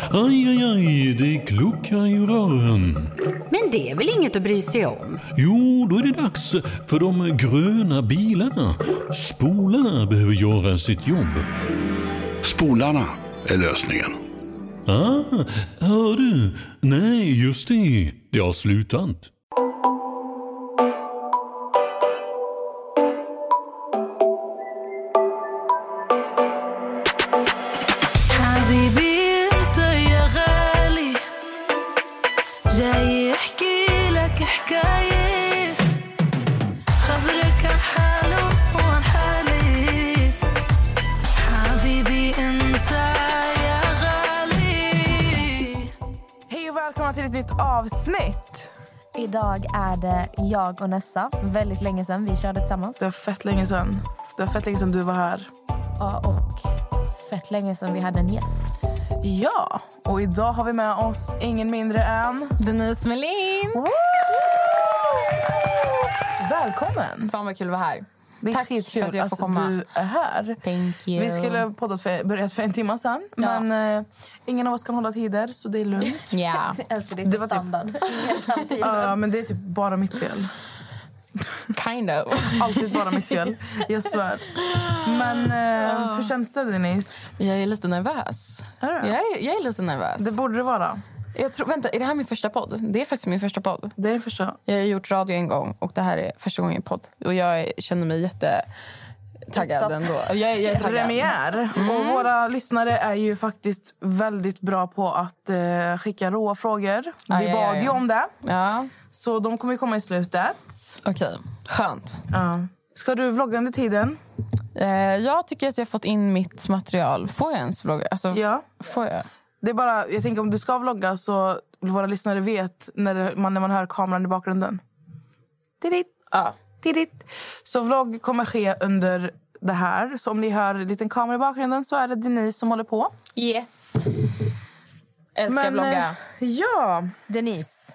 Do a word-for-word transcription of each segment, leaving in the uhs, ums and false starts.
Aj, aj, aj, det kluckar i rören. Men det är väl inget att bry sig om? Jo, då är det dags för de gröna bilarna. Spolarna behöver göra sitt jobb. Spolarna är lösningen. Ah, hör du? Nej, just det. Det har slutat. Till ett nytt avsnitt. Idag är det jag och Nessa. Väldigt länge sedan vi körde tillsammans. Det var fett länge sedan. Det var fett länge sedan du var här. Ja, och fett länge sedan vi hade en gäst. Ja, och idag har vi med oss ingen mindre än Denise Melin. Woo! Välkommen. Fan vad kul att vara här. Det är Tack skitkul för att jag får att komma. du är här. Thank you. Vi skulle poddat för, börjat för en timme sedan. Ja. Men eh, ingen av oss kan hålla tider, så det är lugnt. Ja. Älskar det, Det det var var typ- standard. Typ... Ja, men det är typ bara mitt fel. Kind of. Alltid bara mitt fel. Jag svär. Men eh, hur känns det, Denise? Jag är lite nervös. Är det? Jag är, jag är lite nervös. Det borde det vara. Jag tror, vänta, är det här min första podd? Det är faktiskt min första podd. Det är det första. Jag har gjort radio en gång och det här är första gången i podd. Och jag känner mig jätte taggad ändå. Jag, är- jag är taggad. Premiär. Mm. Och våra lyssnare är ju faktiskt väldigt bra på att eh, skicka råa frågor. Ja, Vi ja, bad ja, ju ja. om det. Ja, Så de kommer ju komma i slutet. okej. Skönt. Ja. Ska du vlogga under tiden? Eh, jag tycker att jag har fått in mitt material. Får jag ens vlogga? Alltså, Ja. får jag? Det är bara, jag tänker om du ska vlogga så våra lyssnare vet när, det, man, när man hör kameran i bakgrunden. Tidit, Ja. tidit. Så vlogg kommer ske under det här. Så om ni hör en liten kamera i bakgrunden så är det Denise som håller på. Yes. Älskar vlogga. eh, ja. Denise.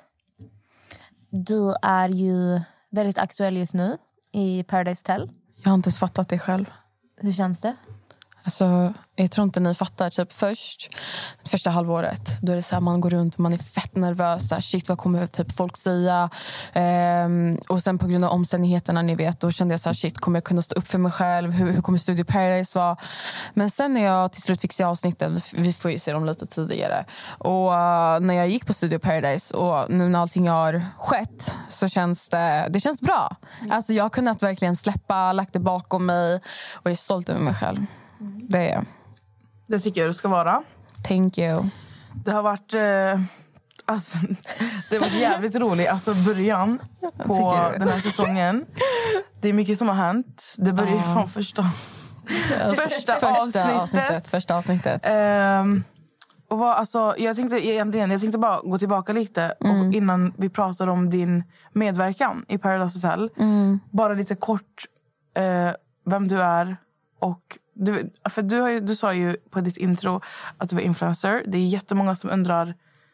Du är ju väldigt aktuell just nu i Paradise Hotel. Jag har inte ens fattat det själv. Hur känns det? Alltså, jag tror inte ni fattar. Typ först, första halvåret, då är det så här, man går runt och man är fett nervös. Så här, shit, vad kommer typ folk säga? Ehm, och sen på grund av omständigheterna, ni vet, då kände jag så här, shit, kommer jag kunna stå upp för mig själv? Hur, hur kommer Studio Paradise vara? Men sen när jag till slut fick se avsnitten, vi, vi får ju se dem lite tidigare. Och uh, när jag gick på Studio Paradise och nu när allting har skett så känns det, det känns bra. Alltså jag har kunnat verkligen släppa, lagt det bakom mig och jag är stolt över mig själv. Det är jag. Det tycker jag det ska vara. Thank you. Det har varit eh, alltså, det har varit jävligt roligt. Alltså början på Tycker du? den här säsongen. Det är mycket som har hänt. Det börjar ju Ja. från första, första, avsnittet. avsnittet. Första avsnittet. Ehm, och vad, alltså, jag, tänkte, egentligen, jag tänkte bara gå tillbaka lite Mm. och innan vi pratar om din medverkan i Paradise Hotel. Mm. Bara lite kort eh, vem du är. Och du, för du, har ju, du sa ju på ditt intro att du var influencer. Det är jättemånga som undrar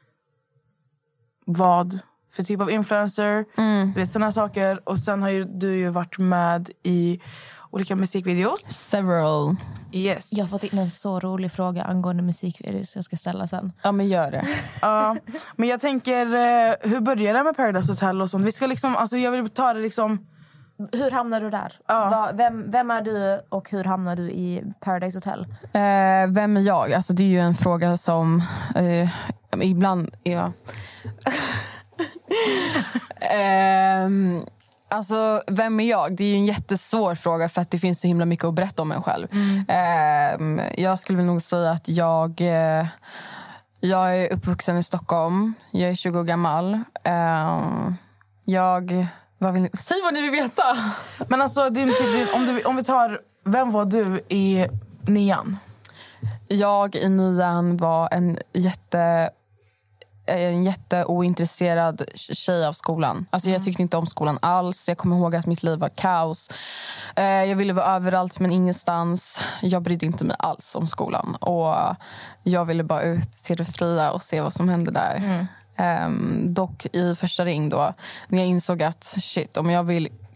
vad för typ av influencer. Mm. Du vet, såna här saker. Och sen har ju, du ju varit med i olika musikvideos. Several. Yes. Jag har fått in en så rolig fråga angående musikvideos jag ska ställa sen. Ja, men gör det. Ja, men jag tänker, eh, hur börjar det med Paradise Hotel och sånt? Vi ska liksom, alltså jag vill ta det liksom... Hur hamnar du där? Ja. Va, vem, vem är du och hur hamnar du i Paradise Hotel? Eh, vem är jag? Alltså, det är ju en fråga som eh, ibland... Ja. eh, alltså, vem är jag? Det är ju en jättesvår fråga för att det finns så himla mycket att berätta om mig själv. Mm. Eh, jag skulle väl nog säga att jag... Eh, jag är uppvuxen i Stockholm. Jag är tjugo år gammal. Eh, jag... Vad vill ni? Säg vad ni vill veta! Men alltså, din, typ, din, om, du, om vi tar, vem var du i nian? Jag i nian var en jätte en jätteointresserad tjej av skolan. Alltså jag tyckte inte om skolan alls. Jag kommer ihåg att mitt liv var kaos. Eh, jag ville vara överallt men ingenstans. Jag brydde inte mig alls om skolan. Och jag ville bara ut till det fria och se vad som hände där. Mm. Um, dock i första ring då, när jag insåg att shit, om jag vill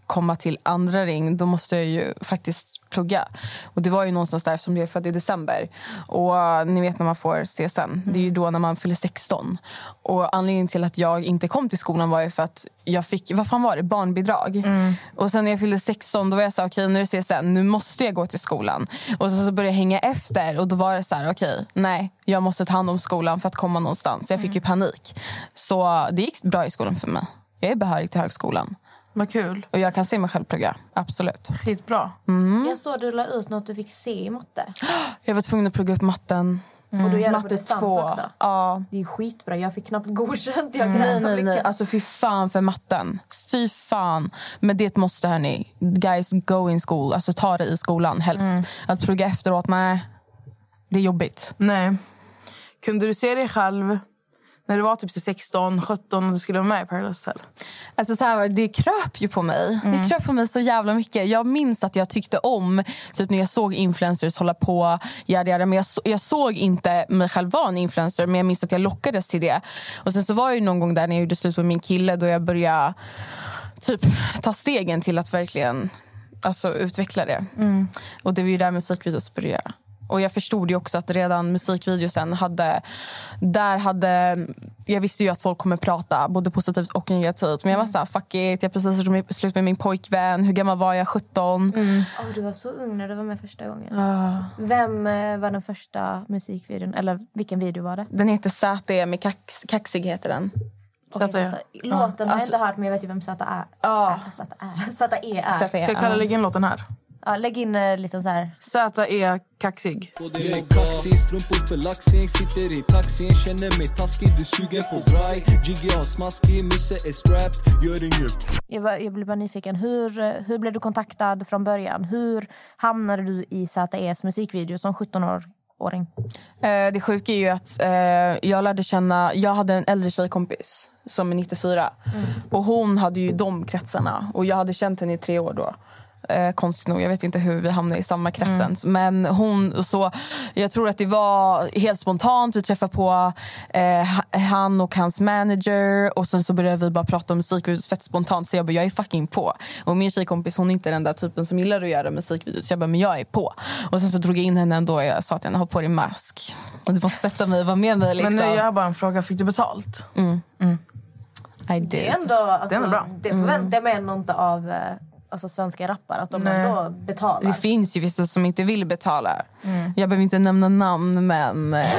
komma till andra ring, då måste jag ju faktiskt plugga. Och det var ju någonstans där som det är född i december. Och uh, ni vet när man får C S N. Mm. Det är ju då när man fyller sexton. Och anledningen till att jag inte kom till skolan var ju för att jag fick, vad fan var det? Barnbidrag. Mm. Och sen när jag fyllde sexton, då var jag så här, okej, okay, nu är det C S N. Nu måste jag gå till skolan. Och så, så började jag hänga efter. Och då var det så här, okej, okay, nej, jag måste ta hand om skolan för att komma någonstans. Jag fick mm. ju panik. Så det gick bra i skolan för mig. Jag är behörig till högskolan. Vad kul. Och jag kan se mig själv plugga, absolut. Skitbra. Mm. Jag såg du la ut något du fick se i matte. Jag var tvungen att plugga upp matten. Mm. Och du gör det på distans två. Också. Ja. Det är skitbra, jag fick knappt godkänt. Jag mm. Nej, nej, nej. Alltså fy fan för matten. Fy fan. Men det måste, hörni. Guys, go in school. Alltså ta det i skolan helst. Mm. Att plugga efteråt, nej. Det är jobbigt. Nej. Kunde du se dig själv när du var typ sexton, sjutton och du skulle vara med i Paradise Hotel? Alltså så här, det kröp ju på mig. Mm. Det kröp på mig så jävla mycket. Jag minns att jag tyckte om typ när jag såg influencers hålla på yada, yada, men jag, jag såg inte mig själv vara en influencer, men jag minns att jag lockades till det. Och sen så var ju någon gång där när jag gjorde slut med min kille, då jag började typ ta stegen till att verkligen alltså, utveckla det. Mm. Och det var ju där musikvideos började. Och jag förstod ju också att redan musikvideosen hade... Där hade... Jag visste ju att folk kommer prata både positivt och negativt. Men jag var så här, fuck it. Jag precis gjorde slut med min pojkvän. Hur gammal var jag? sjutton. Mm. Oh, du var så ung när du var med första gången. Uh. Vem var den första musikvideon? Eller vilken video var det? Den heter Z E med kax, Kaxig heter den. Okay, så, så, låten har jag inte hört, men jag vet ju vem Z är. Ja. Z E är. Ska jag kalla lägga in låten här? Ja, lägg in uh, lite så här. Z E kaxig. Jag är kaxig, strumpor för laxing. Sitter i taxin, känner mig taskig. Du suger på braj, Jiggy har smaskig. Musse är strapped, gör inget. Jag, var, jag blev bara nyfiken. Hur, hur blev du kontaktad från början? Hur hamnade du i Z E:s musikvideo som sjutton-åring? Eh, det sjuka är ju att eh, jag lärde känna... Jag hade en äldre tjejkompis som är nittiofyra. Mm. Och hon hade ju de kretsarna. Och jag hade känt henne i tre år då. Eh, konstigt nog, jag vet inte hur vi hamnade i samma kretsen. Mm. Men hon, så jag tror att det var helt spontant. Vi träffade på eh, han och hans manager. Och sen så började vi bara prata om musikvideos fett spontant. Så jag bara, jag är fucking på. Och min tjejkompis, hon är inte den där typen som gillar att göra musikvideos. Så jag bara, men jag är på. Och sen så drog jag in henne ändå. Jag sa att jag har på dig mask. Så du måste sätta mig, vara med mig liksom. Men nu, jag har bara en fråga, fick du betalt? Mm. Mm. I did. Det är ändå, alltså, det är ändå bra. Det förväntar jag mig ändå inte av... Alltså svenska rappare, att de Nej. ändå betalar. Det finns ju vissa som inte vill betala. Mm. Jag behöver inte nämna namn, men... men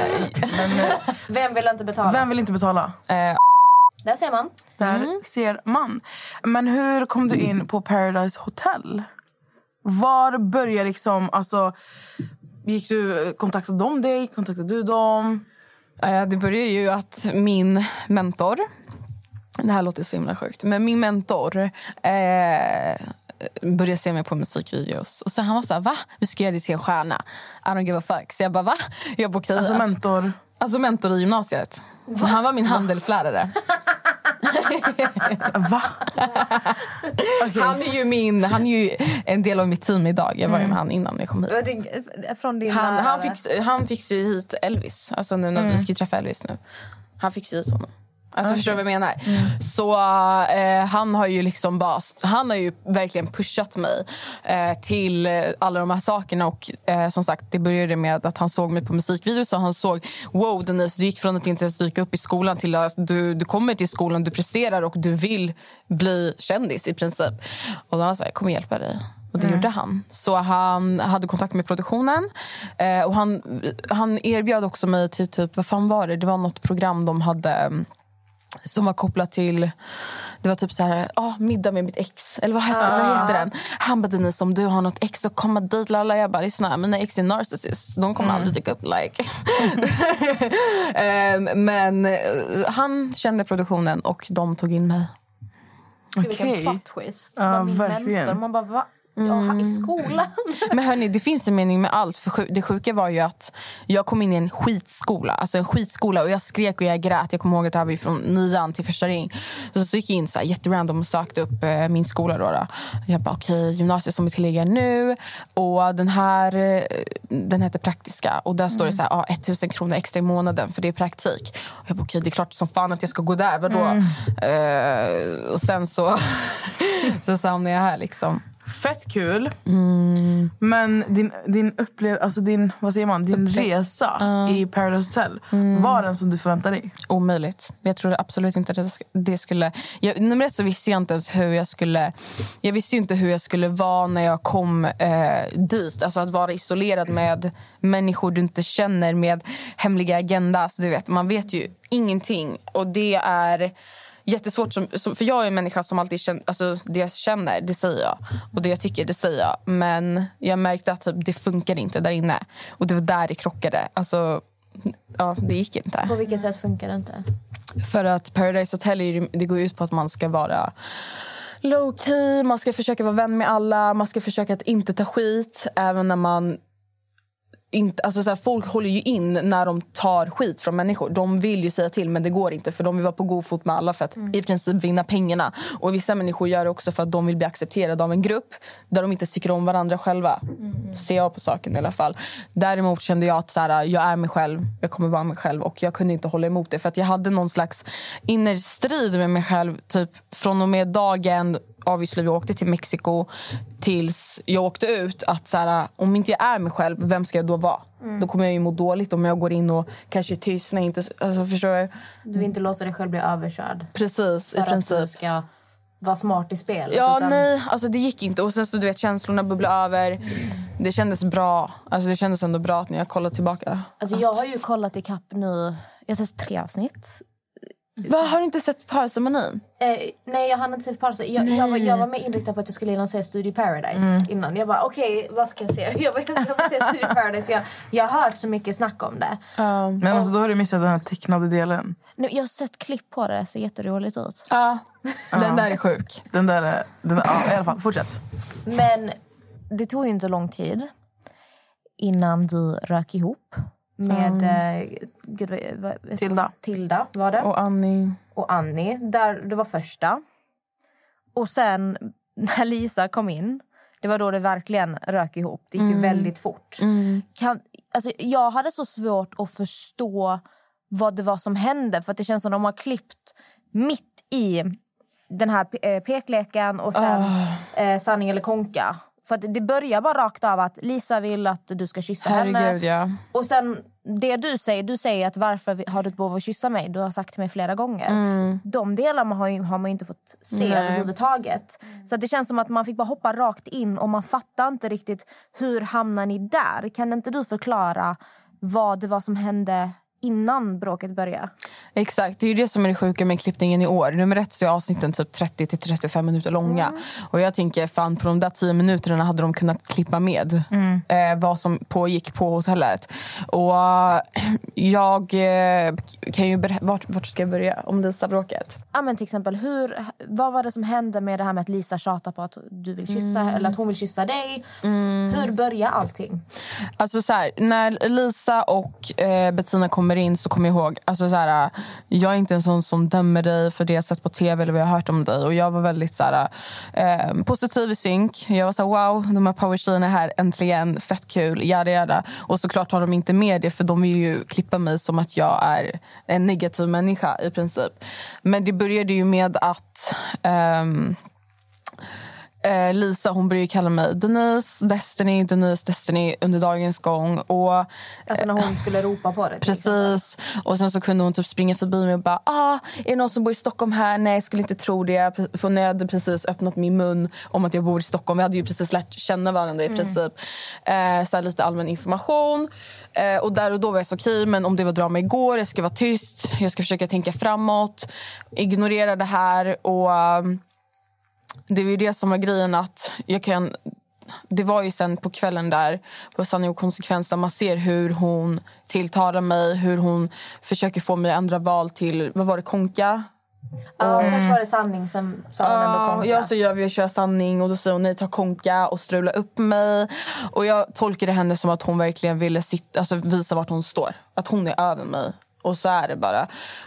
Vem vill inte betala? Vem vill inte betala? Eh. Där ser man. Där mm. ser man. Men hur kom du in på Paradise Hotel? Var började liksom... Alltså, gick du, kontaktade de dig? Kontaktade du dem? Eh, det började ju att min mentor... Det här låter så himla sjukt. Men min mentor eh, började se mig på musikvideos. Och så han var så här, va? Vi ska göra det till en stjärna. I don't give a fuck. Så jag bara, va? Jag bara, okay. Alltså mentor? Alltså mentor i gymnasiet. Va? Han var min handelslärare. Va? Okay. Han är ju min, han är ju en del av mitt team idag. Jag var ju med han innan jag kom hit. Från din han, han, fix, han fixade ju hit Elvis. Alltså nu när mm. vi ska träffa Elvis nu. Han fixade hit honom. Alltså okay. Förstår du vad jag menar? Mm. Så eh, han har ju liksom bara, han har ju verkligen pushat mig eh, till alla de här sakerna. Och eh, som sagt, det började med att han såg mig på musikvideos. Så han såg, wow Denise, du gick från att inte ens dyka upp i skolan till att du, du kommer till skolan, du presterar och du vill bli kändis i princip. Och då var han så här, jag kommer hjälpa dig. Och det mm. gjorde han. Så han hade kontakt med produktionen. Eh, och han, han erbjöd också mig till typ, vad fan var det? Det var något program de hade... som var kopplat till, det var typ så här, ah, middag med mitt ex, eller vad heter, ah. vad heter den? Han bara, Denise, om du har något ex så komma dit, lalla. Jag bara, lyssna, mina ex är narcissists, de kommer mm. aldrig dyka upp, like. um, men uh, han kände produktionen och de tog in mig. Okej. Okay. Vilken plot twist. Ja, min verkligen. mentor, man bara, va? Ja, i skolan. Men hörni, det finns en mening med allt. För det sjuka var ju att jag kom in i en skitskola. Alltså en skitskola. Och jag skrek och jag grät. Jag kommer ihåg att det här var från nian till första ring. Så, så gick jag in så här, jätterandom och sökte upp eh, min skola då. då. Jag bara, okej, okay, gymnasiet som är tillägga nu. Och den här, eh, den heter praktiska. Och där står det så här, ah, tusen kronor extra i månaden för det är praktik. Och jag bara, okej, okay, det är klart som fan att jag ska gå där. Vadå? Mm. Eh, och sen så, så samlade jag här liksom. Fett kul. Mm. Men din, din upplevelse, alltså din, vad säger man, din Upple- resa uh. i Paradise Hotel, mm. var den som du förväntade dig? Omöjligt. Jag trodde absolut inte att det skulle... Jag, nummer ett så visste jag inte ens hur jag skulle... Jag visste ju inte hur jag skulle vara när jag kom eh, dit. Alltså att vara isolerad med människor du inte känner, med hemliga agendas. Du vet, man vet ju ingenting. Och det är... jättesvårt, som, som, för jag är en människa som alltid känner, alltså det jag känner, det säger jag. Och det jag tycker, det säger jag. Men jag märkte att typ, det funkar inte där inne. Och det var där det krockade. Alltså, ja, det gick inte. På vilket sätt funkar det inte? För att Paradise Hotel, det går ut på att man ska vara low key, man ska försöka vara vän med alla, man ska försöka att inte ta skit, även när man inte, alltså så här, folk håller ju in när de tar skit från människor. De vill ju säga till, men det går inte, för de vill vara på god fot med alla för att mm. i princip vinna pengarna. Och vissa människor gör det också för att de vill bli accepterade av en grupp där de inte tycker om varandra själva. Mm. Ser jag på saken i alla fall. Däremot kände jag att så här, jag är mig själv, jag kommer vara mig själv, och jag kunde inte hålla emot det, för att jag hade någon slags inner strid med mig själv, typ från och med dagen avvisligt vi åkte till Mexiko tills jag åkte ut, att så här, om inte jag är mig själv, vem ska jag då vara? Mm. Då kommer jag ju må dåligt om jag går in och kanske tystnar, inte, alltså, förstår jag? Du vill inte låta dig själv bli överkörd. Precis, för i princip. Att du ska vara smart i spelet. Ja, utan... nej, alltså det gick inte. Och sen så, du vet, känslorna bubblade över. Mm. Det kändes bra. Alltså det kändes ändå bra när jag kollade tillbaka. Alltså jag har ju kollat i kapp nu, jag har sett tre avsnitt. Va, har du inte sett Parceremonin? Eh, nej, jag hann inte se Parceremonin. Jag, jag, var, jag var med inriktad på att jag skulle lansera Studio Paradise mm. innan. Jag bara, okej, okay, vad ska jag se? Jag vill se Studio Paradise. Jag, jag har hört så mycket snack om det. Um, Men alltså, då har du missat den här tecknade delen. Nu, jag har sett klipp på det, det ser jätteroligt ut. Ja, den där är sjuk. Den där är, den där, ja, i alla fall, fortsätt. Men det tog ju inte lång tid innan du rök ihop med mm. eh, gud, vad, vad, Tilda. Tilda var det. Och Annie. Och Annie, där det var första. Och sen när Lisa kom in, det var då det verkligen rök ihop. Det gick mm. ju väldigt fort. Mm. Kan, alltså, jag hade så svårt att förstå vad det var som hände. För att det känns som att de har klippt mitt i den här pe- pekleken och sen oh. eh, sanning eller konka. För att det börjar bara rakt av att Lisa vill att du ska kyssa Herregud, henne. Ja. Och sen det du säger, du säger att varför har du ett behov av att kyssa mig? Du har sagt till mig flera gånger. Mm. De delarna har, ju, har man inte fått se Nej. överhuvudtaget. Så att det känns som att man fick bara hoppa rakt in och man fattar inte riktigt hur hamnar ni där. Kan inte du förklara vad det var som hände innan bråket började? Exakt, det är ju det som är det sjuka med klippningen i år. Nummer ett så är avsnitten typ trettio till trettiofem minuter långa. Mm. Och jag tänker, fan, på de där tio minuterna hade de kunnat klippa med mm. eh, vad som pågick på hotellet. Och uh, jag uh, kan ju berätta, vart, vart ska jag börja om Lisa-bråket? Ja, men till exempel, hur, vad var det som hände med det här med att Lisa tjatar på att du vill kyssa mm. eller att hon vill kyssa dig? Mm. Hur börjar allting? Alltså så här, när Lisa och eh, Bettina kommer in så kommer jag ihåg, alltså så här, jag är inte en sån som dömer dig för det jag sett på tv eller vad jag har hört om dig, och jag var väldigt så här, eh, positiv i synk. Jag var så här, wow, de här powertjejerna är här, äntligen, fett kul, jada jada. Och såklart har de inte med det, för de vill ju klippa mig som att jag är en negativ människa i princip. Men det började ju med att ehm, Eh, Lisa, hon började kalla mig Denise, Destiny, Denise, Destiny under dagens gång. Och, eh, alltså när hon skulle ropa på det. Precis. Och sen så kunde hon typ springa förbi mig och bara, ah, är det någon som bor i Stockholm här? Nej, jag skulle inte tro det. För när jag hade precis öppnat min mun om att jag bor i Stockholm. Vi hade ju precis lärt känna varandra i mm. princip. Eh, så här lite allmän information. Eh, och där och då var jag så okej, men om det var drama igår, jag ska vara tyst. Jag ska försöka tänka framåt. Ignorera det här och... Um, det var ju det som var grejen, att jag kan... Det var ju sen på kvällen där på Sanning och konsekvens, där man ser hur hon tilltalar mig, hur hon försöker få mig att ändra val till, vad var det, konka? Ja, mm. först var det sanning, sen sa hon ändå konka. Ja, så gör vi och kör sanning och då säger hon nej, ta konka och strula upp mig. Och jag tolkade henne som att hon verkligen ville sitta, alltså visa vart hon står. Att hon är över mig. Och så är det bara.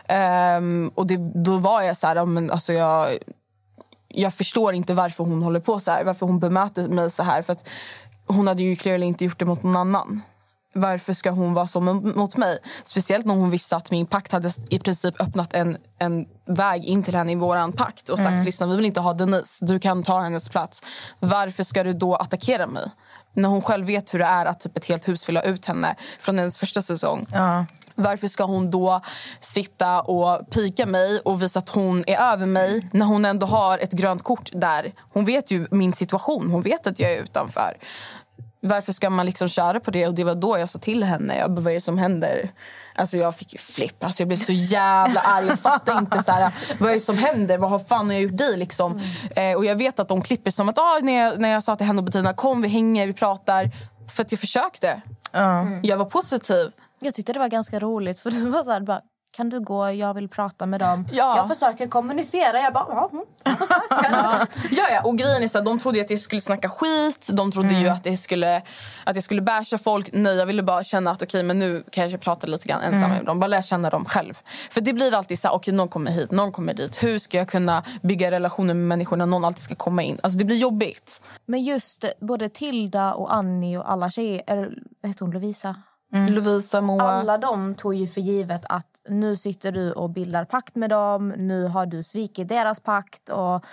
Um, och det, då var jag så här, men alltså jag... Jag förstår inte varför hon håller på så här. Varför hon bemöter mig så här. För att hon hade ju klart inte gjort det mot någon annan. Varför ska hon vara så mot mig? Speciellt när hon visste att min pakt hade i princip öppnat en, en väg in till henne i våran pakt. Och sagt, mm. lyssna, vi vill inte ha Denise. Du kan ta hennes plats. Varför ska du då attackera mig? När hon själv vet hur det är att typ ett helt hus fylla ut henne från hennes första säsong. Ja. Varför ska hon då sitta och pika mig och visa att hon är över mig när hon ändå har ett grönt kort där? Hon vet ju min situation. Hon vet att jag är utanför. Varför ska man liksom köra på det? Och det var då jag sa till henne. Jag bara, vad är det som händer? Alltså jag fick ju flipp. Alltså jag blev så jävla arg. Jag fattar inte så här, vad är det som händer? Vad har fan jag gjort dig liksom? Mm. Eh, och jag vet att de klipper som att ah, när, jag, när jag sa till henne och Bettina, kom vi hänger, vi pratar. För att jag försökte. Mm. Jag var positiv. Jag tyckte det var ganska roligt. För det var så här, bara, kan du gå? Jag vill prata med dem. Ja. Jag försöker kommunicera. Jag bara, ja, jag försöker. ja. ja, ja. Och grejen är så här, de trodde att jag skulle snacka skit. De trodde mm. ju att, det skulle, att jag skulle basha folk. Nej, jag ville bara känna att okej, okay, men nu kan jag prata lite grann ensam med mm. dem. Bara lära känna dem själv. För det blir alltid så här, okej, okay, någon kommer hit, någon kommer dit. Hur ska jag kunna bygga relationer med människor när någon alltid ska komma in? Alltså det blir jobbigt. Men just både Tilda och Annie och alla tjejer, eller vad heter hon, Lovisa? Mm. Lovisa, Moa. Alla de tog ju för givet att nu sitter du och bildar pakt med dem. Nu har du svikit deras pakt och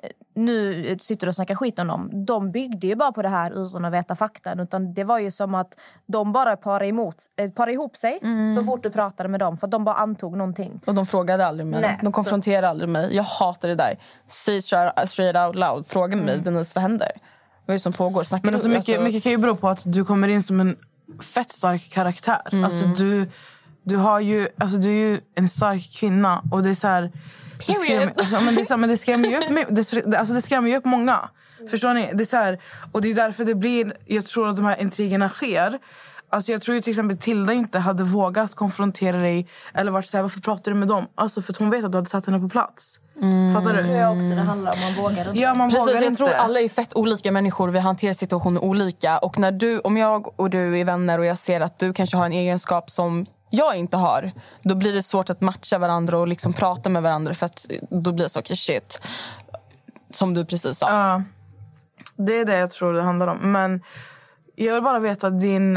nu sitter du och snackar skit om dem. De byggde ju bara på det här utan att veta fakta. Utan det var ju som att de bara parade, emot, parade ihop sig mm. så fort du pratade med dem. För de bara antog någonting. Och de frågade aldrig mig. Nej, de konfronterade så... aldrig mig. Jag hatar det där. Say straight out loud. Fråga mig, mm. Denise, vad händer? Vad är det som pågår? Snackar Men alltså, du? mycket, Alltså... mycket kan ju bero på att du kommer in som en fett stark karaktär. Mm. Alltså du, du har ju, alltså du är ju en stark kvinna och det är så här, det skrämmer, alltså, men det är så här, men det skrämmer ju upp det, alltså det skrämmer ju upp många. Mm. Förstår ni? Det är så här, och det är därför det blir, jag tror att de här intrigerna sker. Alltså jag tror ju till exempel Tilda inte hade vågat konfrontera dig eller varit så här, varför pratar du med dem? Alltså för att hon vet att du hade satt henne på plats. Mm. Fattar du? Det tror jag också det handlar om, man vågar inte. Ja, man Precis, vågar jag inte. tror alla är fett olika människor. Vi hanterar situationer olika. Och när du, om jag och du är vänner och jag ser att du kanske har en egenskap som jag inte har, då blir det svårt att matcha varandra och liksom prata med varandra. För att då blir det så, okay, shit. Som du precis sa. Ja, det är det jag tror det handlar om. Men jag vill bara veta din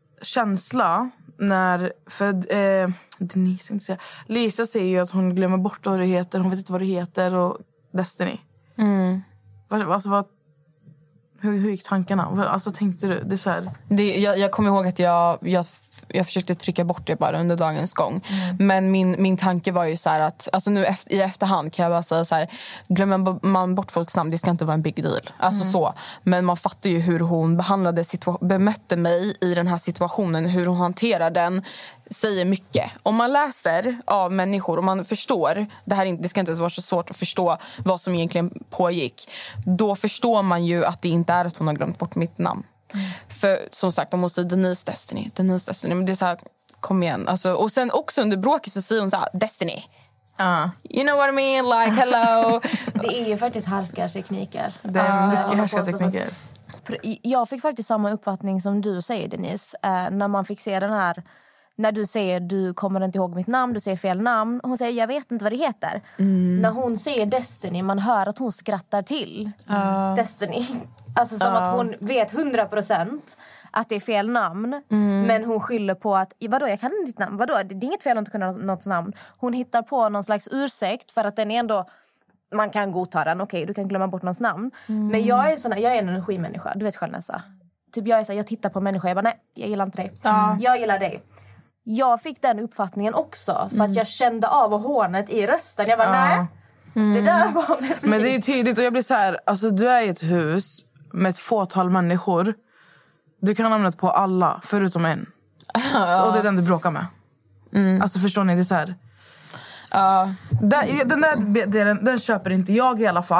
känsla när, för eh, Denise inte säga. Lisa säger ju att hon glömmer bort vad det heter, hon vet inte vad det heter och Destiny. Mm. Alltså vad, hur, hur gick tankarna? Alltså tänkte du det är så här? Det, jag, jag kommer ihåg att jag, jag jag försökte trycka bort det bara under dagens gång. Mm. Men min, min tanke var ju så här att alltså nu efter, i efterhand kan jag bara säga så här, glömmer man bort folks namn, det ska inte vara en big deal. Alltså mm. så. Men man fattar ju hur hon behandlade situa- bemötte mig i den här situationen, hur hon hanterar den säger mycket. Om man läser av människor och man förstår, det här det ska inte ens vara så svårt att förstå vad som egentligen pågick. Då förstår man ju att det inte är att hon har glömt bort mitt namn. Mm. För som sagt, om hon säger Denise Destiny, Denise Destiny, men det är så här, kom igen. Alltså, och sen också under bråket så säger hon så här, Destiny. Uh. You know what I mean? Like, hello. Det är ju faktiskt härskartekniker. Det är mycket uh, härskartekniker. Jag fick faktiskt samma uppfattning som du säger, Denise. Uh, när man fick se den här, när du säger du kommer inte ihåg mitt namn, du säger fel namn. Hon säger jag vet inte vad det heter. Mm. När hon säger Destiny, man hör att hon skrattar till. Uh. Destiny. Alltså som uh. att hon vet hundra procent att det är fel namn. Mm. Men hon skyller på att, vadå jag kan inte ditt namn. Vadå, det är inget fel att inte kunna något namn. Hon hittar på någon slags ursäkt för att den är ändå, man kan godta den. Okej, okay, du kan glömma bort någons namn. Mm. Men jag är, sån här, jag är en energimänniska, du vet själv Nessa. Typ jag är så här, jag tittar på människor, jag bara nej, jag gillar inte dig. Uh. Jag gillar dig. Jag fick den uppfattningen också. För mm. att jag kände av hånet i rösten. Jag bara, uh. nej. Mm. Det där var det. Men det är ju tydligt. Och jag blir så här, alltså du är i ett hus med ett fåtal människor. Du kan ha namnet på alla, förutom en. Uh. Så, och det är den du bråkar med. Mm. Alltså förstår ni, det är så här. Uh. Den, den där delen, den köper inte jag i alla fall.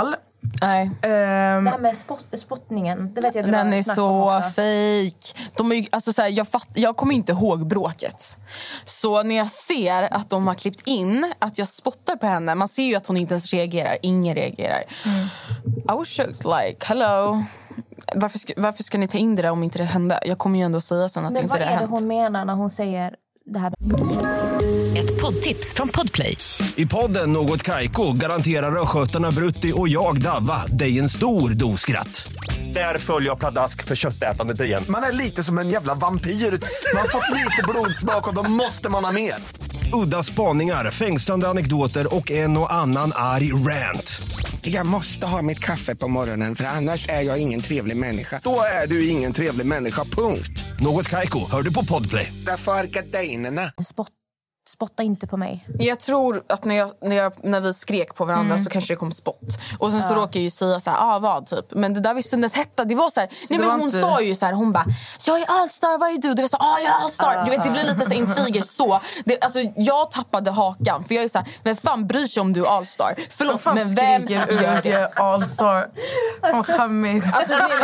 Nej. Det här med spot, spottningen, det vet jag. Det Den var är snack så om också. fake. De är ju, alltså så här, jag, fatt, jag kommer inte ihåg bråket. Så när jag ser att de har klippt in att jag spottar på henne, man ser ju att hon inte ens reagerar. Ingen reagerar. Mm. I was shocked, like, hello. Varför ska, varför ska ni ta in det där om inte det hände? Jag kommer ju ändå säga sen att Men inte det har hänt. Men vad är det hon menar när hon säger det här? Ett poddtips från Podplay. I podden Något Kaiko garanterar öskötarna Brutti och jag Davva dig en stor doskratt. Där följer jag pladask för köttätandet igen. Man är lite som en jävla vampyr. Man har fått lite blodsmak och då måste man ha mer. Udda spaningar, fängslande anekdoter och en och annan arg rant. Jag måste ha mitt kaffe på morgonen för annars är jag ingen trevlig människa. Då är du ingen trevlig människa, punkt. Något Kaiko, hör du på Podplay. Därför är gardinerna. Spott, spotta inte på mig. Jag tror att när, jag, när, jag, när vi skrek på varandra mm. så kanske det kom spott. Och sen så ja. råkade jag ju säga så här, ah, vad typ. Men det där visste dess hetta, det var så här. Nej, men hon inte... sa ju så här, hon bara, jag är allstar, vad är du? Det var så ah, jag är allstar. Uh. Du vet, det blir lite så intriger så. Det, alltså, jag tappade hakan, för jag är så här, men fan bryr sig om du är allstar. Förlåt, fan men vem gör det? Jag är allstar. Vad skämmigt. Alltså, det,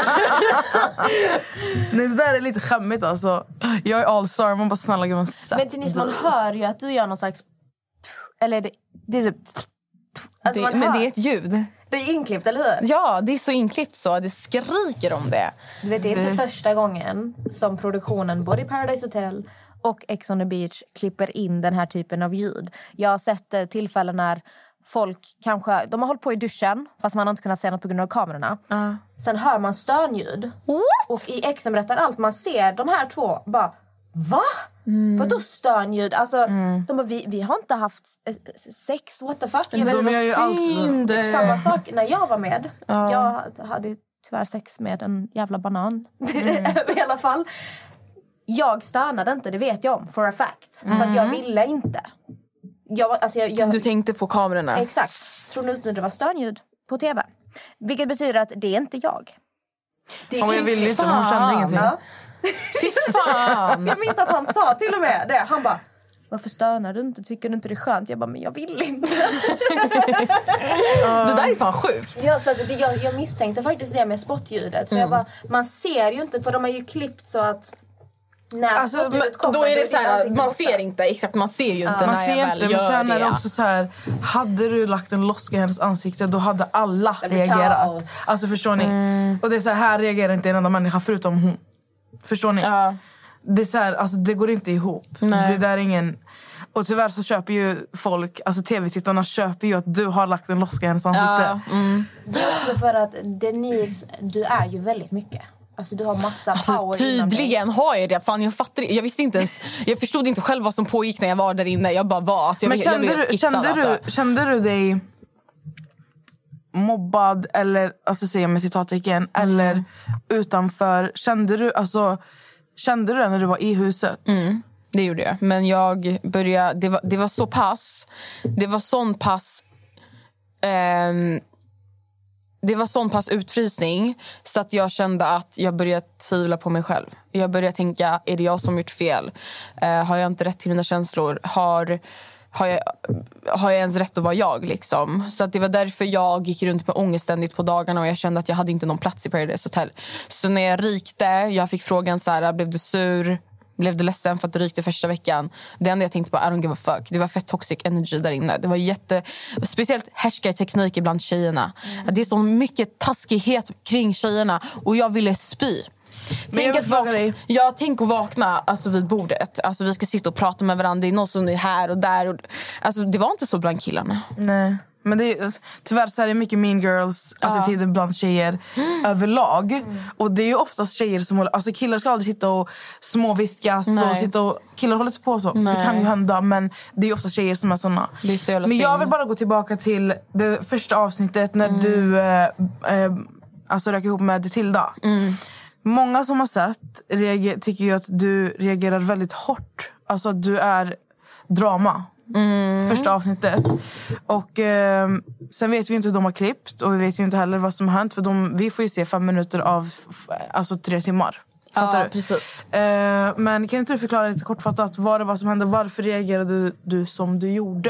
nej, det där är lite skämmigt alltså. Jag är allstar, man bara snälla gud man sätt. Men Denise, man hör ju att du gör någon slags, eller det, det är så alltså det, men det är ett ljud. Det är inklippt, eller hur? Ja, det är så inklippt så det skriker om det. Du vet, det är inte första gången som produktionen både i Paradise Hotel och Ex on the Beach klipper in den här typen av ljud. Jag har sett eh, tillfällen när folk kanske, de har hållit på i duschen fast man har inte kunnat se något på grund av kamerorna. Uh. Sen hör man stönljud. What? Och i Exen berättar allt, man ser de här två bara, va? Mm. Vadå stönljud? Alltså, mm. de bara, vi, vi har inte haft sex, what the fuck? Jag vet, de gör ju allt. Samma sak när jag var med. Uh. Jag hade tyvärr sex med en jävla banan. Mm. I alla fall. Jag stönade inte, det vet jag om, for a fact. Mm. För att jag ville inte. Jag, alltså jag, jag, du tänkte på kamerorna. Exakt. Tror du inte det var stönljud på tv? Vilket betyder att det är inte jag. Det är oh, jag ville inte, men hon kände ingenting. Ja. Fy fan. Jag minns att han sa till och med det. Han bara, varför stönar du inte? Tycker du inte det är skönt? Jag bara, men jag vill inte. Det där är fan sjukt. Ja, så att det, jag, jag misstänkte faktiskt det med spottljudet. För mm. jag bara, man ser ju inte, för de har ju klippt så att när alltså, kommer, då är det så här, man borta. Ser inte exakt, man ser ju inte ja. när man ser jag inte, väl men gör sen det. Är det också så här, hade du lagt en loska i hennes ansikte, då hade alla reagerat. Kaos. Alltså förstår ni? Mm. Och det är så här, här reagerar inte en enda människa förutom hon. Förstår ni? Ja. Det är så här, alltså det går inte ihop. Nej. Det där är ingen. Och tyvärr så köper ju folk, alltså tv-tittarna köper ju att du har lagt en loska i hennes ansikte. Ja. Mm. Det är också för att Denise, du är ju väldigt mycket. Alltså du har massa power alltså, tydligen har jag det. Fan, jag fattar jag visste inte ens, jag förstod inte själv vad som pågick när jag var där inne. Jag bara var. Alltså, jag, men kände, jag du, kände, alltså. du, kände du dig mobbad eller, alltså säger jag med citattecken, mm. eller utanför? Kände du, alltså, kände du det när du var i huset? Mm. Det gjorde jag. Men jag började, det var, det var så pass, det var sån pass, ehm, det var sån pass utfrysning så att jag kände att jag började tvivla på mig själv. Jag började tänka, är det jag som gjort fel? Eh, har jag inte rätt till mina känslor? Har, har, jag, har jag ens rätt att vara jag? Liksom? Så att det var därför jag gick runt med ångest ständigt på dagarna och jag kände att jag hade inte någon plats i Paradise Hotel. Så när jag rykte, jag fick frågan så här, blev du sur? Blev du ledsen för att du rykte första veckan? Det enda jag tänkte på, I don't give a fuck. Det var fett toxic energy där inne. Det var jätte, speciellt härskarteknik bland tjejerna. Mm. Det är så mycket taskighet kring tjejerna. Och jag ville spy. Men jag, vakna, jag tänker vakna alltså, vid bordet. Alltså, vi ska sitta och prata med varandra. Det är någon som är här och där. Och, alltså, det var inte så bland killarna. Nej. Men det är, tyvärr så är det mycket mean girls attityder ja. bland tjejer mm. överlag. Mm. Och det är ju oftast tjejer som håller, alltså killar ska aldrig sitta och småviskas och sitta och killar håller inte på så. Nej. Det kan ju hända, men det är ofta tjejer som är såna. Det är så men jag vill bara gå tillbaka till det första avsnittet när mm. du äh, äh, alltså rök ihop med Tilda. Mm. Många som har sett reager, tycker ju att du reagerar väldigt hårt. Alltså att du är drama. Mm. Första avsnittet. Och eh, sen vet vi inte hur de har klippt. Och vi vet ju inte heller vad som har hänt. För de, vi får ju se fem minuter av alltså tre timmar. Fattar ja, du? Precis. Eh, men kan inte du förklara lite kortfattat vad det var som hände? Varför reagerade du, du som du gjorde?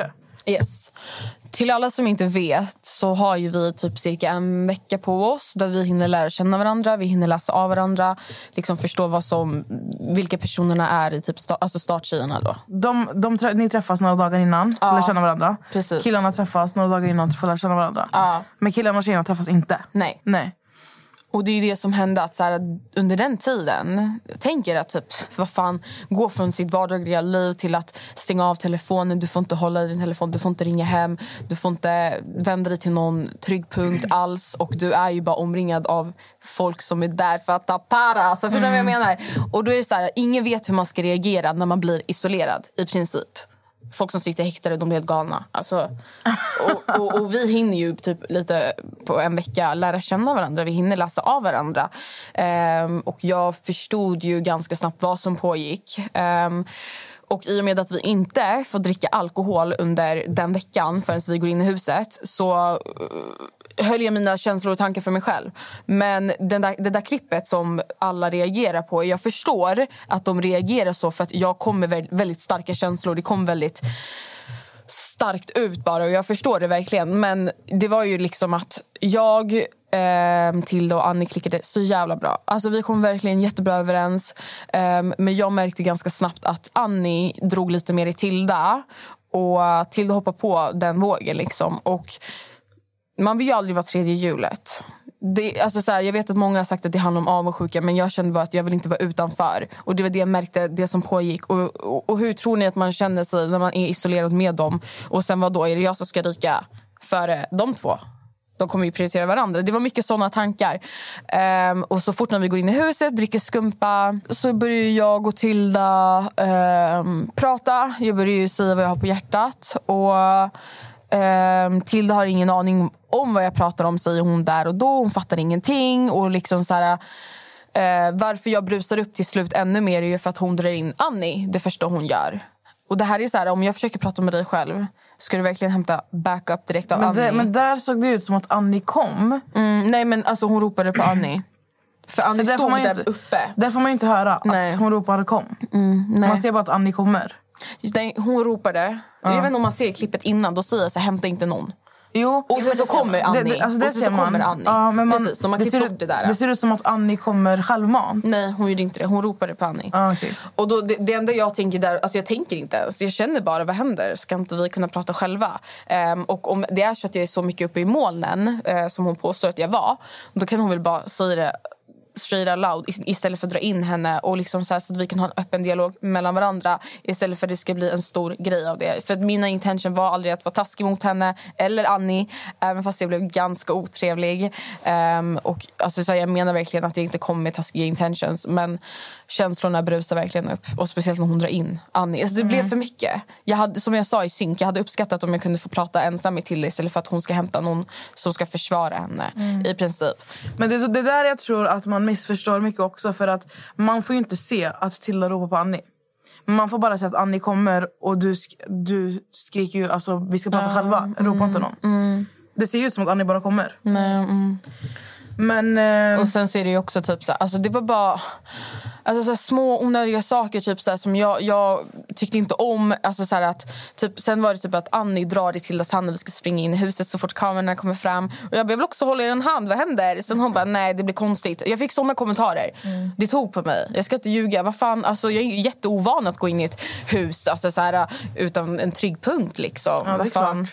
Yes. Till alla som inte vet så har ju vi typ cirka en vecka på oss där vi hinner lära känna varandra, vi hinner läsa av varandra, liksom förstå vad som, vilka personerna är i typ sta, alltså starttjejerna då. De, de, ni träffas några dagar innan, ja, lär känna varandra. Precis. Killarna träffas några dagar innan för att lära känna varandra. Ja. Men killarna och tjejerna träffas inte. Nej. Nej. Och det är ju det som hände att så här, under den tiden, jag tänker att typ, vad fan, gå från sitt vardagliga liv till att stänga av telefonen, du får inte hålla din telefon, du får inte ringa hem, du får inte vända dig till någon trygg punkt alls, och du är ju bara omringad av folk som är där för att ta para, alltså förstår du mm. vad jag menar? Och då är det så här, ingen vet hur man ska reagera när man blir isolerad, i princip. Folk som sitter häktade, de blir helt galna. Alltså, och, och, och vi hinner ju typ lite på en vecka lära känna varandra. Vi hinner läsa av varandra. Um, och jag förstod ju ganska snabbt vad som pågick. Um, och i och med att vi inte får dricka alkohol under den veckan förrän vi går in i huset, så uh, höll jag mina känslor och tankar för mig själv. Men den där, det där klippet som alla reagerar på, jag förstår att de reagerar så för att jag kommer väldigt, väldigt starka känslor. Det kom väldigt starkt ut bara, och jag förstår det verkligen. Men det var ju liksom att jag, eh, Tilda och Annie klickade så jävla bra. Alltså vi kom verkligen jättebra överens. Eh, men jag märkte ganska snabbt att Annie drog lite mer i Tilda, och Tilda hoppade på den vågen liksom. Och man vill ju aldrig vara tredje hjulet. Det, alltså så här, jag vet att många har sagt att det handlar om avundsjuka, men jag kände bara att jag vill inte vara utanför. Och det var det jag märkte, det som pågick. Och, och, och hur tror ni att man känner sig när man är isolerad med dem? Och sen vad då, är det jag som ska ryka före de två? De kommer ju prioritera varandra. Det var mycket sådana tankar. Um, och så fort när vi går in i huset, dricker skumpa, så börjar jag och Tilda um, prata. Jag börjar ju säga vad jag har på hjärtat. Och um, Tilda har ingen aning om vad jag pratar om, säger hon där och då. Hon fattar ingenting. Och liksom så här, uh, varför jag brusar upp till slut ännu mer är ju för att hon drar in Annie. Det första hon gör. Och det här är så här, om jag försöker prata med dig själv, ska du verkligen hämta backup direkt av men Annie? Det, men där såg det ut som att Annie kom. Mm, nej, men alltså hon ropade på Annie. För Annie För stod där inte, uppe. Där får man inte höra nej. Att hon ropade kom. Mm, nej. Man ser bara att Annie kommer. Nej, hon ropade. Ja. Jag vet inte om man ser klippet innan, då säger jag så här, hämta inte någon. Jo, och sen så kommer Annie. Det, det, alltså det och så, så kommer Annie. Ja, men man, precis, de har det, ser, det, där. det ser ut som att Annie kommer självmant. Nej, hon gjorde inte det. Hon ropade på Annie. Ah, okay. Och då, det, det enda jag tänker där, alltså jag tänker inte ens. Jag känner bara, vad händer? Ska inte vi kunna prata själva? Um, och om det är så att jag är så mycket uppe i molnen uh, som hon påstår att jag var, då kan hon väl bara säga det straight out loud istället för att dra in henne och liksom så, här, så att vi kan ha en öppen dialog mellan varandra istället för att det ska bli en stor grej av det. För att mina intention var aldrig att vara taskig mot henne eller Annie, även fast jag blev ganska otrevlig. Um, och alltså, så jag menar verkligen att jag inte kom med taskiga intentions, men känslorna brusar verkligen upp, och speciellt när hon drar in Annie. Alltså, det mm. blev för mycket. Jag hade, som jag sa i synk, jag hade uppskattat om jag kunde få prata ensam med Tilda istället för att hon ska hämta någon som ska försvara henne mm. i princip. Men det, det där jag tror att man missförstår mycket också, för att man får ju inte se att Tilda ropar på Annie. Man får bara se att Annie kommer och du, sk- du skriker ju, alltså vi ska prata ja, själva, ropa mm, inte någon. Mm. Det ser ju ut som att Annie bara kommer. Nej, mm. Men eh... och sen så är det ju också typ så här, alltså det var bara alltså så här, små onödiga saker typ så här, som jag, jag tyckte inte om, alltså så här, att typ sen var det typ att Annie drar det till Tildas hand när vi ska springa in i huset så fort kamerorna kommer fram, och jag vill också hålla i en hand, vad händer? Sen hon bara, nej det blir konstigt. Jag fick såna kommentarer. Mm. Det tog på mig. Jag ska inte ljuga. Vad fan, alltså jag är jätteovan att gå in i ett hus alltså så här, utan en trygg punkt liksom. Ja, vad fan.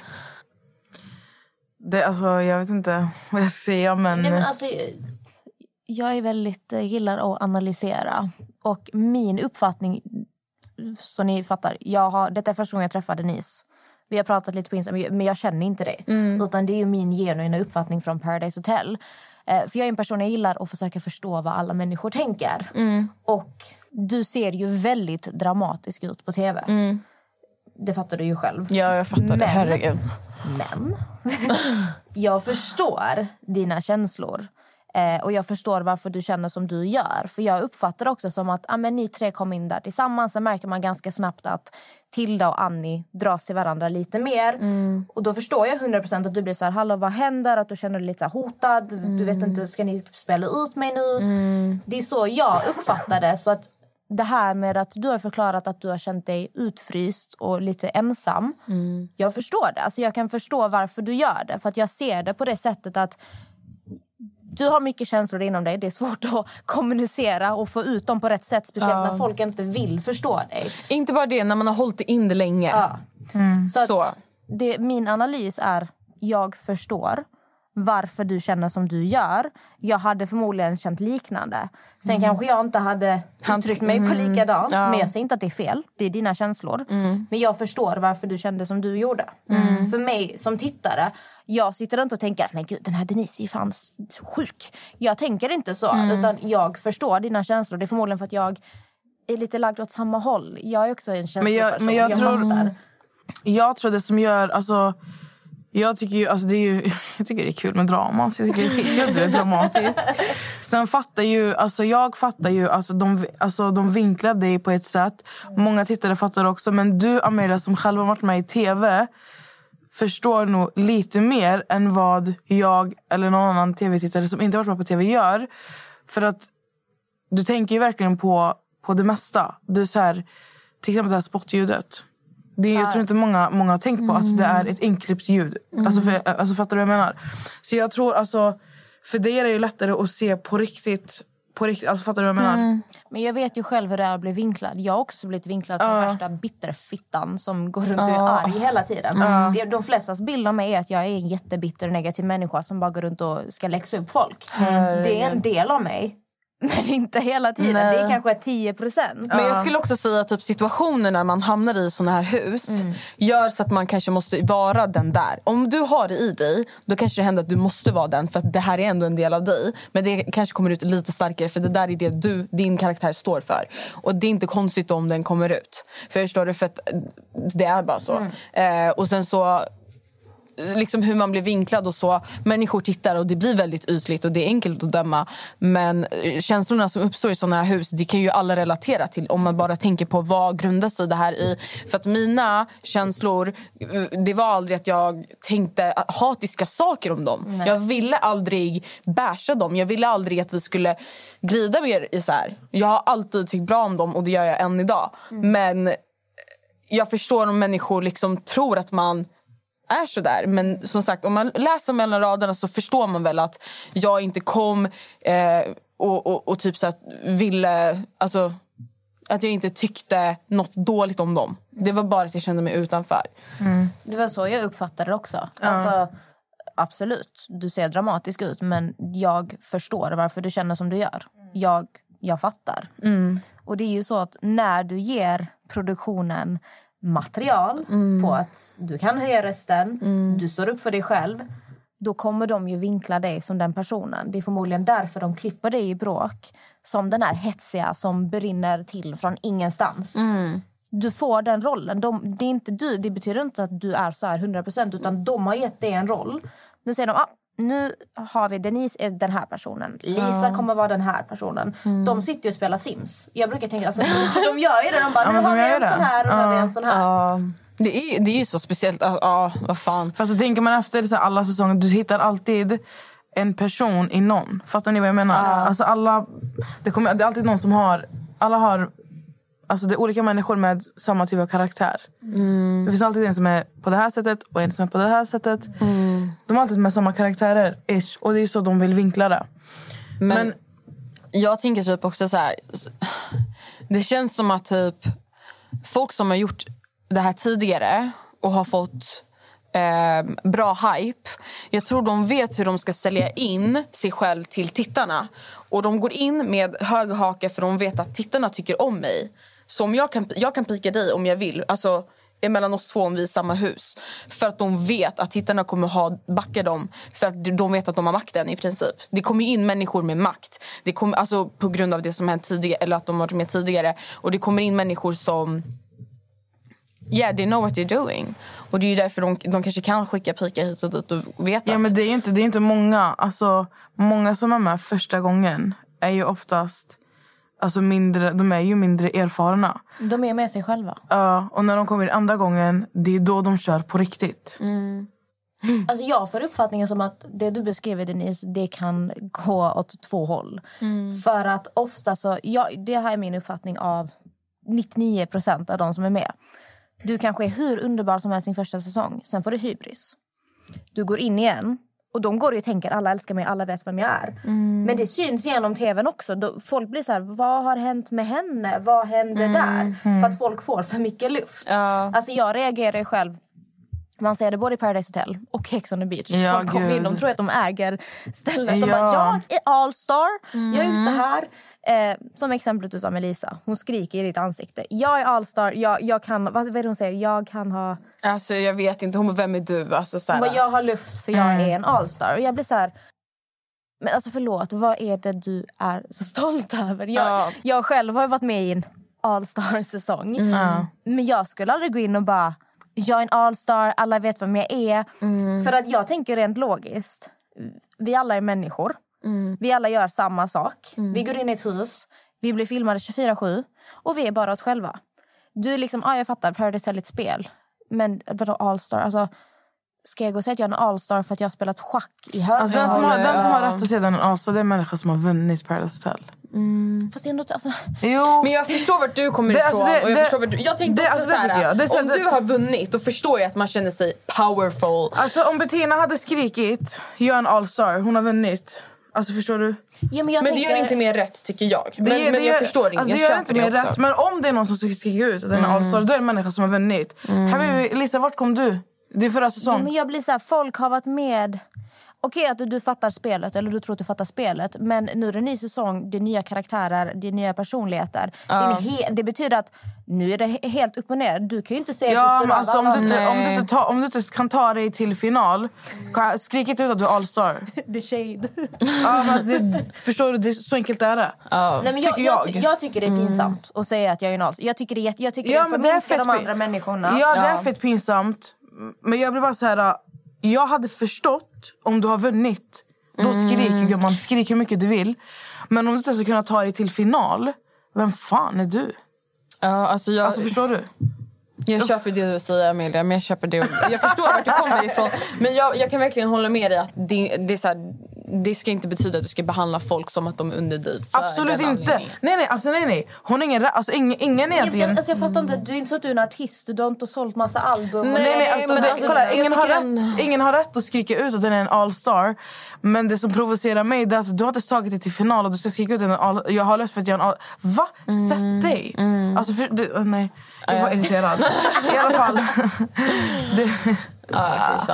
Det, alltså, jag vet inte vad jag ska säga, men... Nej, men alltså, jag är väldigt, gillar att analysera. Och min uppfattning, så ni fattar, jag har, detta är första gången jag träffade Denise. Vi har pratat lite på Instagram, men jag känner inte det. Mm. Utan det är ju min genuina uppfattning från Paradise Hotel. Eh, för jag är en person, jag gillar att försöka förstå vad alla människor tänker. Mm. Och du ser ju väldigt dramatisk ut på tv. Mm. Det fattar du ju själv. Ja, jag fattar men, det, herregud. Men jag förstår dina känslor. Eh, och jag förstår varför du känner som du gör. För jag uppfattar också som att ah, men ni tre kom in där tillsammans. Så märker man ganska snabbt att Tilda och Annie dras till varandra lite mer. Mm. Och då förstår jag hundra procent att du blir så här, hallå vad händer? Att du känner dig lite så här hotad. Mm. Du vet inte, ska ni spela ut mig nu? Mm. Det är så jag uppfattar det. Så att det här med att du har förklarat att du har känt dig utfryst och lite ensam. Mm. Jag förstår det. Alltså jag kan förstå varför du gör det. För att jag ser det på det sättet att du har mycket känslor inom dig. Det är svårt att kommunicera och få ut dem på rätt sätt. Speciellt ja. när folk inte vill förstå dig. Inte bara det, när man har hållit in det länge. Ja. Mm. Så, Så. Att det, min analys är, jag förstår varför du känner som du gör. Jag hade förmodligen känt liknande. Sen mm. kanske jag inte hade uttryckt mig på likadant. Mm. Men jag säger inte att det är fel. Det är dina känslor. Mm. Men jag förstår varför du kände som du gjorde. Mm. För mig som tittare, jag sitter inte och tänker, men gud, den här Denise är fan sjuk. Jag tänker inte så. Mm. Utan jag förstår dina känslor. Det är förmodligen för att jag är lite lagd åt samma håll. Jag är också en känslig men jag, person. Men jag, jag tror, jag tror det som gör... Alltså, Jag tycker ju, alltså det är ju, jag tycker det är kul med drama, så jag tycker det är kul, du är dramatisk. Sen fattar ju, alltså jag fattar ju, alltså de, alltså de vinklar dig på ett sätt. Många tittare fattar också, men du, Amelia, som själv har varit med i tv, förstår nog lite mer än vad jag eller någon annan tv-tittare som inte har varit med på tv gör. För att du tänker ju verkligen på, på det mesta. Du är så här, till exempel det här spottljudet. Det är, jag tror inte många, många har tänkt på mm. att det är ett inklippt ljud. Mm. Alltså, för, alltså fattar du vad jag menar? Så jag tror alltså, för det är det ju lättare att se på riktigt. På riktigt, alltså fattar du vad jag menar? Mm. Men jag vet ju själv hur det är att bli vinklad. Jag har också blivit vinklad som uh. värsta bitterfittan som går runt och är arg hela tiden. Uh. Det, de flestas bild av mig är att jag är en jättebitter negativ människa som bara går runt och ska läxa upp folk. Mm. Det är en del av mig. Men inte hela tiden. Nej. Det är kanske tio procent. Men jag skulle också säga att typ situationer när man hamnar i såna här hus mm. gör så att man kanske måste vara den där. Om du har det i dig, då kanske det händer att du måste vara den. För att det här är ändå en del av dig. Men det kanske kommer ut lite starkare. För det där är det du, din karaktär står för. Och det är inte konstigt om den kommer ut. För jag förstår det, för att det är bara så. Mm. Eh, och sen så... liksom hur man blir vinklad och så. Människor tittar och det blir väldigt ytligt och det är enkelt att döma. Men känslorna som uppstår i sådana här hus, det kan ju alla relatera till om man bara tänker på vad grundar sig det här i. För att mina känslor, det var aldrig att jag tänkte hatiska saker om dem. Nej. Jag ville aldrig basha dem. Jag ville aldrig att vi skulle glida mer isär. Jag har alltid tyckt bra om dem och det gör jag än idag. Mm. Men jag förstår om människor liksom tror att man är så där. Men som sagt, om man läser mellan raderna så förstår man väl att jag inte kom eh, och, och, och typ så att ville, alltså att jag inte tyckte något dåligt om dem. Det var bara att jag kände mig utanför. Mm. Det var så jag uppfattade det också. Ja. Alltså, absolut, du ser dramatisk ut, men jag förstår varför du känner som du gör. Jag, jag fattar. Mm. Och det är ju så att när du ger produktionen material mm. på att du kan höja rösten, mm. du står upp för dig själv, då kommer de ju vinkla dig som den personen. Det är förmodligen därför de klipper dig i bråk som den här hetsiga som brinner till från ingenstans. Mm. Du får den rollen. De, det är inte du, det betyder inte att du är så här hundra procent, utan de har gett dig en roll. Nu säger de, ah, nu har vi Denise är den här personen. Lisa ja. kommer vara den här personen. Mm. De sitter ju och spelar Sims. Jag brukar tänka, alltså, de gör ju det. De bara, ja, nu har vi en det. sån här och nu ja. har vi en sån här. Ja. Det är, det är ju så speciellt. Ja, ah, vad fan. Fast så tänker man efter så alla säsonger, du hittar alltid en person i någon. Fattar ni vad jag menar? Ja. Alltså alla, det, kommer, det är alltid någon som har, alla har, alltså det är olika människor med samma typ av karaktär. Mm. Det finns alltid en som är på det här sättet och en som är på det här sättet. Mm. De har alltid med samma karaktärer, ish. Och det är så de vill vinkla det. Men, Men jag tänker typ också så här, det känns som att typ folk som har gjort det här tidigare och har fått eh, bra hype, jag tror de vet hur de ska sälja in sig själv till tittarna. Och de går in med hög haka för de vet att tittarna tycker om mig. Så om jag kan, jag kan pika dig om jag vill, alltså mellan oss två om vi är i samma hus. För att de vet att tittarna kommer ha backa dem. För att de vet att de har makten i princip. Det kommer in människor med makt. Det kommer, alltså på grund av det som hänt tidigare, eller att de har varit med tidigare. Och det kommer in människor som, yeah, they know what they're doing. Och det är ju därför de, de kanske kan skicka pika hit och dit och veta. Ja, men det är ju inte, det är inte många. Alltså, många som är med första gången är ju oftast, alltså mindre, de är ju mindre erfarna. De är med sig själva. Ja, uh, och när de kommer in andra gången, det är då de kör på riktigt. Mm. Alltså jag får uppfattningen som att det du beskriver, Denise, det kan gå åt två håll. Mm. För att ofta så, ja, det här är min uppfattning av nittionio procent av de som är med. Du kanske är hur underbar som helst sin första säsong. Sen får du hybris. Du går in igen. Och de går ju och tänker, alla älskar mig, alla vet vem jag är. Mm. Men det syns genom tvn också. Då folk blir så här, vad har hänt med henne? Vad hände mm. där? Mm. För att folk får för mycket luft. Ja. Alltså jag reagerar själv. Man ser det både i Paradise Hotel och Ex on the Beach. Ja, folk kommer in, de tror att de äger stället. De ja. bara, jag är allstar. Mm. Jag är just det här. Eh, som exemplet du sa med Lisa. Hon skriker i ditt ansikte. Jag är allstar. Jag, jag kan, vad är det hon säger? Jag kan ha... Alltså jag vet inte. Hon bara, vem är du? Alltså, så här... Hon bara, jag har luft för jag mm. är en allstar. Och jag blir så här... Men alltså förlåt, vad är det du är så stolt över? Jag, ja. jag själv har varit med i en allstar-säsong. Mm. Men jag skulle aldrig gå in och bara... Jag är en allstar, alla vet vem jag är. Mm. För att jag tänker rent logiskt. Vi alla är människor. Mm. Vi alla gör samma sak. Mm. Vi går in i ett hus. Vi blir filmade tjugofyra sju. Och vi är bara oss själva. Du liksom, ja ah, jag fattar, Paradise är ett spel. Men vadå allstar? Alltså, ska jag gå och säga att jag är en allstar för att jag har spelat schack i höst? Alltså, den, som har, den som har rätt att säga den är en allstar, det är en människa som har vunnit Paradise Hotel. Mm. Fast ändå, alltså... jo. Men jag förstår vart du kommer det, ifrån alltså det, och jag, det, förstår vart du... jag tänkte det, också alltså, såhär jag. Det, om det, du har vunnit då förstår jag att man känner sig powerful. Alltså om Bettina hade skrikit jag är en allstar, hon har vunnit. Alltså förstår du? Ja, men men tänker... det gör inte mer rätt tycker jag. Men, det, men det jag gör, förstår inte. Alltså, det gör inte mer rätt. Men om det är någon som skriker ut att den är mm. allstar, då är det en människa som har vunnit. Mm. Här, Lisa, vart kom du? Det är förra säsongen. Ja, men jag blir så här, folk har varit med... Okej att du, du fattar spelet, eller du tror att du fattar spelet. Men nu är det en ny säsong, det är nya karaktärer, det är nya personligheter. Ja. Det, är he- det betyder att nu är det he- helt upp och ner. Du kan ju inte säga ja, att du alltså, om, du inte, om, du inte ta, om du inte kan ta dig till final, skrik inte ut att du är allstar. The shade. Ja, men alltså, det, förstår du, det är så enkelt är det. Ja. Nej, men jag, jag, jag. jag tycker det är pinsamt mm. att säga att jag är en allstar. Jag tycker det är, jag tycker ja, det är för de andra människorna. Ja, det är fett pinsamt. Men jag blir bara så här... Jag hade förstått om du har vunnit. Då skriker man skrik hur mycket du vill. Men om du inte ska kunna ta dig till final, vem fan är du? Ja, alltså jag... Alltså förstår du? Jag köper det du säger, Amelia, men jag köper det. Jag förstår vart du kommer ifrån. Men jag, jag kan verkligen hålla med dig att det, det är så här, det ska inte betyda att du ska behandla folk som att de är under dig. Absolut inte. Nej, nej, alltså nej, nej. Hon är ingen, alltså ingen, ingen egentligen. Jag, alltså, jag fattar inte, du är inte så att du är en artist. Du har inte sålt massa album. Nej, nej, nej alltså, men det, alltså, kolla, ingen har, rätt, den... ingen har rätt att skrika ut att den är en all-star. Men det som provocerar mig är att du har inte tagit dig till final och du ska skrika ut en all, jag har löst för att jag är en all... Va? Mm. Sätt dig. Mm. Alltså, för, du, nej. Jag var irriterad. I alla fall. det... Ja, det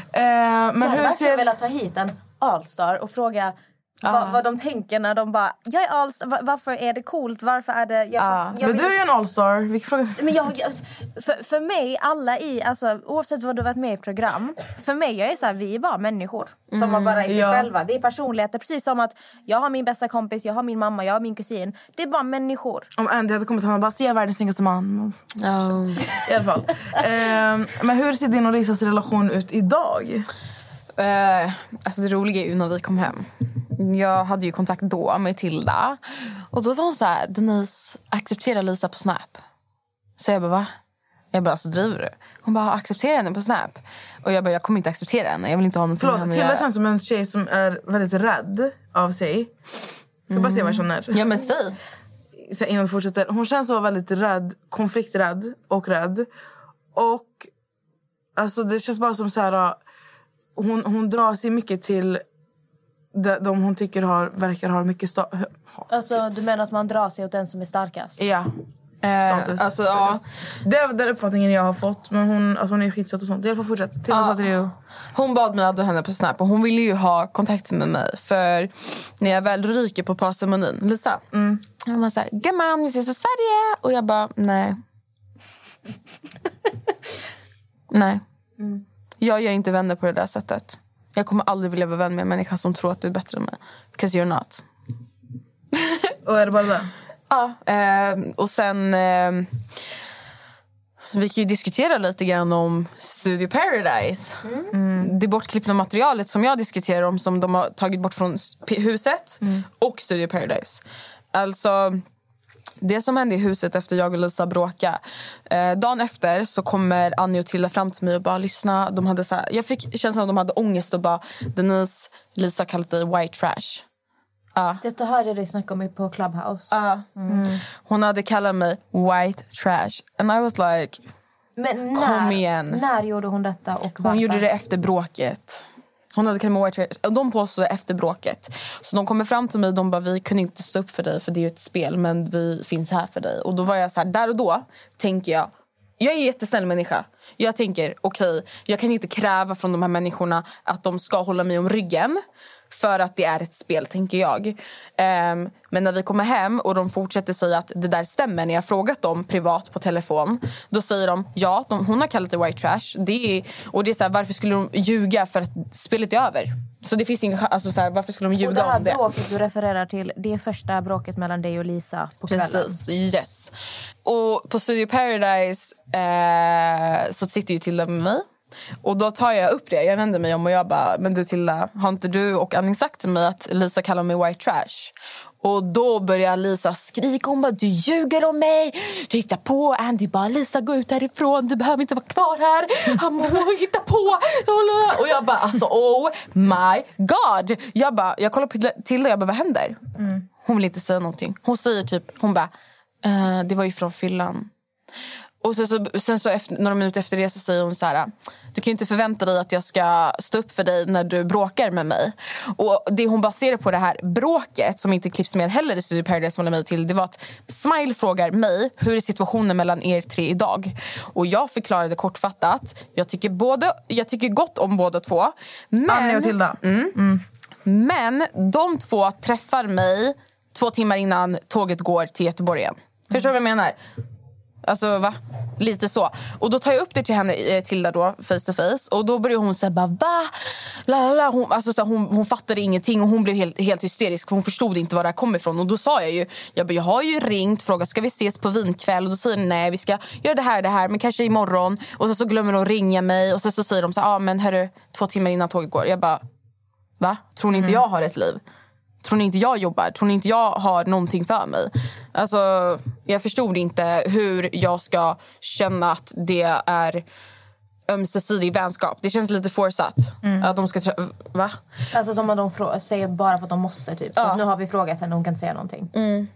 är uh, men hur ser jag vilja ta hit en allstar och fråga ah. vad, vad de tänker när de bara jag är allstar, varför är det coolt, varför är det jag, ah. jag men du är ju en allstar. Vilken fråga? Men jag, för, för mig alla i alltså oavsett vad du varit med i program, för mig jag är så här, vi är bara människor som mm. har bara i sig ja. själva. Vi är personligheter, precis som att jag har min bästa kompis, jag har min mamma, jag har min kusin. Det är bara människor. Om Andy hade kommit till honom och bara se världens snyggaste man. Oh. I alla fall. um, men hur ser din och Lisas relation ut idag? Uh, alltså det roliga är ju när vi kom hem. Jag hade ju kontakt då med Tilda. Och då var hon så här: Denise, acceptera Lisa på Snap. Så jag bara, va? Jag bara, alltså driver du? Hon bara, acceptera henne på Snap. Och jag bara, jag kommer inte acceptera henne. Jag vill inte ha någon. Förlåt, Tilda känns som en tjej som är väldigt rädd av sig. Ska mm. bara se vad jag känner. Ja men säg. Så innan du fortsätter. Hon känns så väldigt rädd, konflikträdd och rädd. Och alltså det känns bara som så här. Hon, hon drar sig mycket till de, de hon tycker har, verkar ha mycket status. Alltså du menar att man drar sig åt den som är starkast? Ja. Eh, alltså, ja. Det är den uppfattningen jag har fått. Men hon, alltså, hon är skitsött och sånt. I alla fall fortsätt. Till ja. det hon bad mig att henne på Snap. Och hon ville ju ha kontakt med mig. För när jag väl ryker på parceremonin, Lisa. Mm. Hon var såhär, gumman vi ses i Sverige. Och jag bara, nej. nej. Mm. Jag gör inte vänner på det där sättet. Jag kommer aldrig vilja vara vän med en människa som tror att du är bättre än mig. Because you're not. Och är det bara det? Ja. Eh, och sen... Eh, vi kan ju diskutera lite grann om Studio Paradise. Mm. Mm. Det bortklippta materialet som jag diskuterar om. Som de har tagit bort från huset. Mm. Och Studio Paradise. Alltså... Det som hände i huset efter jag och Lisa bråka. Eh, dagen efter så kommer Annie och Tilda fram till mig och bara lyssna. De hade så här, jag fick känslan att de hade ångest och bara Denise, Lisa kallade dig white trash. Uh. Detta hörde jag dig snacka om på Clubhouse. Uh. Mm. Hon hade kallat mig white trash. And I was like, men när, kom igen. När gjorde hon detta och varför? Hon gjorde det efter bråket. Hon hade kallat mig white trash. De påstod det efter bråket. Så de kommer fram till mig och de bara, vi kunde inte stå upp för dig för det är ju ett spel, men vi finns här för dig. Och då var jag så här, där och då tänker jag, jag är en jättesnäll människa. Jag tänker, okej, okay, jag kan inte kräva från de här människorna att de ska hålla mig om ryggen. För att det är ett spel, tänker jag. Um, men när vi kommer hem och de fortsätter säga att det där stämmer, när jag har frågat dem privat på telefon, då säger de, ja, de, hon har kallat det white trash. Det är, och det är så här, varför skulle de ljuga för att spelet är över? Så det finns inga, alltså så här, varför skulle de ljuga om det? Och det här bråket du refererar till, det är första bråket mellan dig och Lisa på kvällen. Precis, yes. Och på Studio Paradise eh, så sitter ju Tilda med mig. Och då tar jag upp det, jag vänder mig om och jag bara, men du Tilda, har inte du och Annie sagt till mig att Lisa kallar mig white trash? Och då börjar Lisa skrika, hon bara, du ljuger om mig, du hittar på. Andy bara, Lisa gå ut härifrån, du behöver inte vara kvar här, han bara, hitta på. Och jag bara, alltså oh my god. Jag bara, jag kollar på Tilda, jag bara, vad händer? Mm. Hon vill inte säga någonting. Hon säger typ, hon bara, eh, det var ju från fyllan. Och sen så, sen så efter, några minuter efter det så säger hon så här, du kan ju inte förvänta dig att jag ska stå upp för dig när du bråkar med mig. Och det hon baserar på det här bråket, som inte klipps med heller i Studio Paradise som mig till, det var att Smile frågar mig, hur är situationen mellan er tre idag? Och jag förklarade kortfattat, jag tycker, både, jag tycker gott om båda två. Men, Annie och Tilda. Mm, mm. Men de två träffar mig två timmar innan tåget går till Göteborg igen. Förstår du vad jag menar? Alltså va? Lite så. Och då tar jag upp det till henne, Tilda då, face to face. Och då börjar hon säga bara, va? La, la, la. Hon, alltså, så, hon, hon fattade ingenting och hon blev helt, helt hysterisk. För hon förstod inte var det här kom ifrån. Och då sa jag ju, jag, bara, jag har ju ringt, frågat, ska vi ses på vinkväll? Och då säger de, nej vi ska göra det här, det här, men kanske imorgon. Och så, så glömmer de ringa mig. Och så, så säger de så, ja ah, men hörru, två timmar innan tåget går. Jag bara, va? Tror ni inte jag har ett liv? Tror ni inte jag jobbar? Tror ni inte jag har någonting för mig? Alltså, jag förstod inte hur jag ska känna att det är ömsesidig vänskap. Det känns lite forsatt. Mm. Att de ska trä- Va? Alltså som att de frå- säger bara för att de måste typ. Så ja. Nu har vi frågat henne, hon kan säga någonting. Mm.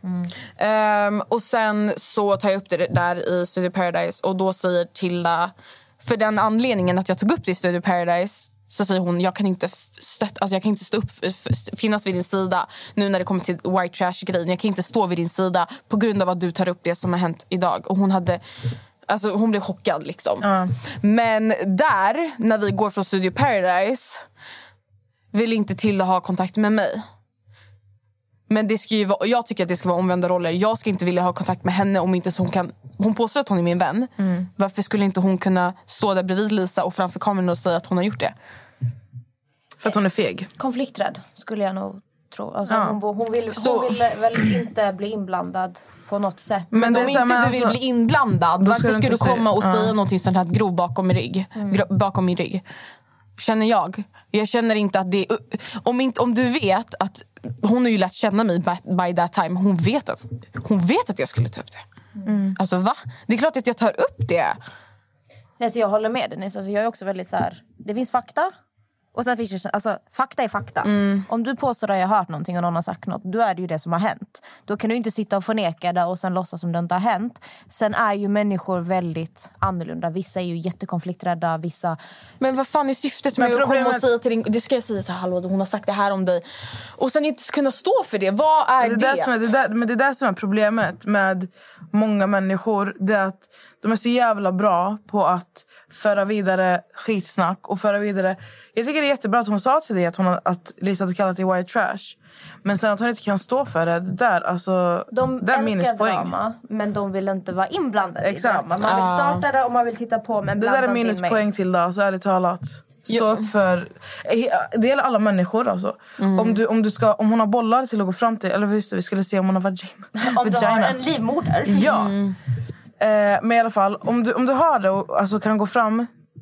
Mm. Um, och sen så tar jag upp det där i Studio Paradise. Och då säger Tilda, för den anledningen att jag tog upp det i Studio Paradise, så säger hon, jag kan inte stöt, alltså jag kan inte stå upp, finnas vid din sida nu när det kommer till white trash-grejen. Jag kan inte stå vid din sida på grund av att du tar upp det som har hänt idag. Och hon hade, alltså hon blev chockad liksom. Mm. Men där, när vi går från Studio Paradise, vill inte Tilda ha kontakt med mig. Men det ska ju vara, jag tycker att det ska vara omvända roller. Jag ska inte vilja ha kontakt med henne om inte så hon kan. Hon påstår att hon är min vän. Mm. Varför skulle inte hon kunna stå där bredvid Lisa och framför kameran och säga att hon har gjort det? För att hon är feg. Konflikträdd skulle jag nog tro. Alltså, ja. hon, hon, vill, hon vill väl inte bli inblandad på något sätt. Men, Men om inte du vill alltså, bli inblandad, varför ska du komma och ja. säga någonting sånt här grov bakom min rygg? Mm. Gro- bakom min rygg. Känner jag. Jag känner inte att det är, om, inte, om du vet att hon har ju lärt känna mig by, by that time. Hon vet att, hon vet att jag skulle ta upp det. Mm. Alltså va? Det är klart att jag tar upp det. Nej, så jag håller med dig. Alltså, jag är också väldigt så här, det finns fakta. Och sen finns det, alltså, fakta är fakta. Mm. Om du påstår att jag har hört någonting och någon har sagt något, då är det ju det som har hänt. Då kan du inte sitta och förneka det och sen låtsas som det inte har hänt. Sen är ju människor väldigt annorlunda. Vissa är ju jättekonflikträdda, vissa... Men vad fan är syftet med att komma och säga till din... Det ska jag säga så här, hallå, hon har sagt det här om dig. Och sen inte kunna stå för det. Vad är det? Det, det? Som är, det, där, men det är det som är problemet med många människor. Det är att de är så jävla bra på att föra vidare skitsnack och föra vidare. Jag tycker det är jättebra att hon sa till dig att, hon, att Lisa hade kallat det white trash. Men sen att hon inte kan stå för det, det där, alltså, de det är minuspoäng. Drama, men de vill inte vara inblandade. Exakt. I drama. Man vill starta det och man vill titta på, men det där är minuspoäng till det, så ärligt talat. Stå upp för... Det gäller alla människor alltså. Mm. Om, du, om, du ska, om hon har bollar till att gå fram till, eller visst, vi skulle se om hon har vagina. Om du har en livmoder. Ja. Mm. Eh, men i alla fall, om du, om du har det och alltså, kan gå fram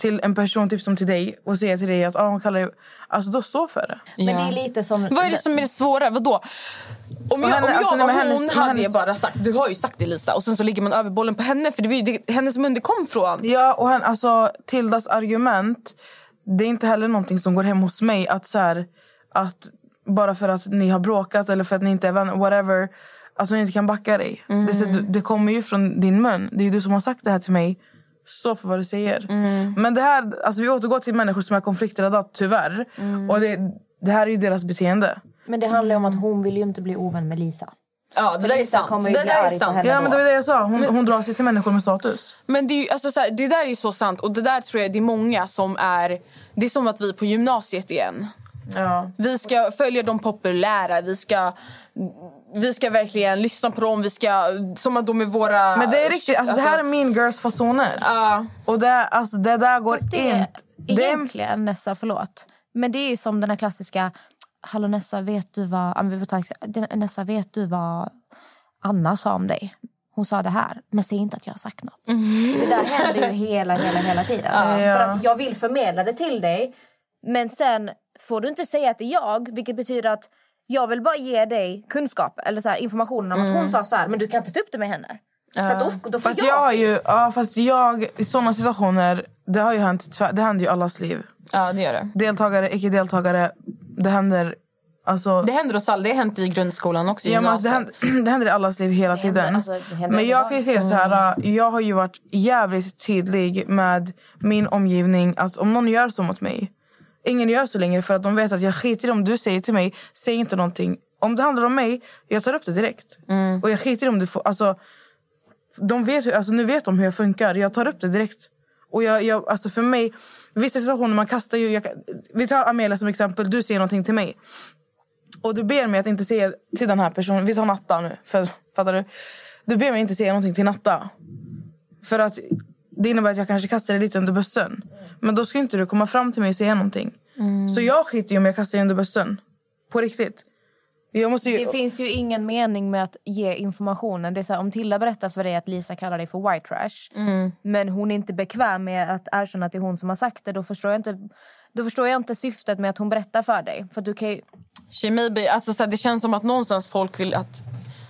till en person typ som till dig och säger till dig att ah, hon kallar dig, alltså då stå för det. Ja. Men det är lite som... Vad är det som är det svåra? Vadå? Om jag, henne, om jag alltså, och hon hennes, hade hennes... bara sagt, du har ju sagt det Lisa, och sen så ligger man över bollen på henne, för det var ju det, hennes mun det kom från. Ja, och hen, alltså Tildas argument, det är inte heller någonting som går hem hos mig, att så här, att bara för att ni har bråkat eller för att ni inte är vänner, whatever, att hon inte kan backa dig. Mm. Det, det kommer ju från din mun. Det är du som har sagt det här till mig. Stå för vad du säger. Mm. Men det här, alltså vi återgår till människor som är konflikträdda, tyvärr. Mm. Och det, det här är ju deras beteende. Men det handlar om att hon vill ju inte bli ovän med Lisa. Ja, det där är sant. Det där är sant. Ja, men det var det jag sa. Hon, men, hon drar sig till människor med status. Men det, är ju, alltså, så här, det där är ju så sant. Och det där tror jag det är många som är... Det är som att vi är på gymnasiet igen. Ja. Vi ska följa de populära. Vi ska... Vi ska verkligen lyssna på dem. Vi ska... Som att de är våra... Men det är riktigt. Alltså, alltså, det här är mean girls fasoner. Uh, och det, alltså, det där går inte... Egentligen, Nessa, förlåt. Men det är ju som den här klassiska... Hallå Nessa, vet du vad... Nessa, vet du vad Anna sa om dig? Hon sa det här, men säg inte att jag har sagt något. Mm. Det där händer ju hela, hela, hela tiden. Ja. För att jag vill förmedla det till dig. Men sen får du inte säga att det är jag. Vilket betyder att jag vill bara ge dig kunskap. Eller så här, information om mm. att hon sa så här. Men du kan inte ta upp det med henne. Ja. För att då, då får fast jag... jag har ju, ja, fast jag, i sådana situationer, det har ju hänt, det händer ju i allas liv. Ja, det gör det. Deltagare, icke-deltagare, det händer... Alltså, det händer oss alla, det har hänt i grundskolan också. Ja, men alltså, det, händer, det händer i allas liv hela det tiden. Händer, alltså, men jag kan ju säga så här, jag har ju varit jävligt tydlig med min omgivning att om någon gör så mot mig, ingen gör så längre, för att de vet att jag skiter om du säger till mig, säg inte någonting. Om det handlar om mig, jag tar upp det direkt. Mm. Och jag skiter om du får, alltså, de vet, alltså nu vet de hur jag funkar, jag tar upp det direkt. Och jag, jag alltså för mig, vissa situationer man kastar ju, jag, vi tar Amelia som exempel, du säger någonting till mig. Och du ber mig att inte säga till den här personen, vi tar Natta nu, för, fattar du? Du ber mig inte säga någonting till Natta. För att det innebär att jag kanske kastar det lite under bussen. Men då ska inte du komma fram till mig och säga någonting. Mm. Så jag skiter ju om jag kastar det under bussen. På riktigt. Jag måste ju... Det finns ju ingen mening med att ge informationen. Det är så här, om Tilda berättar för dig att Lisa kallar dig för white trash. Mm. Men hon är inte bekväm med att erkänna att det är hon som har sagt det. Då förstår jag inte, då förstår jag inte syftet med att hon berättar för dig. För du kan ju... She maybe, alltså, så här, det känns som att någonstans folk vill att...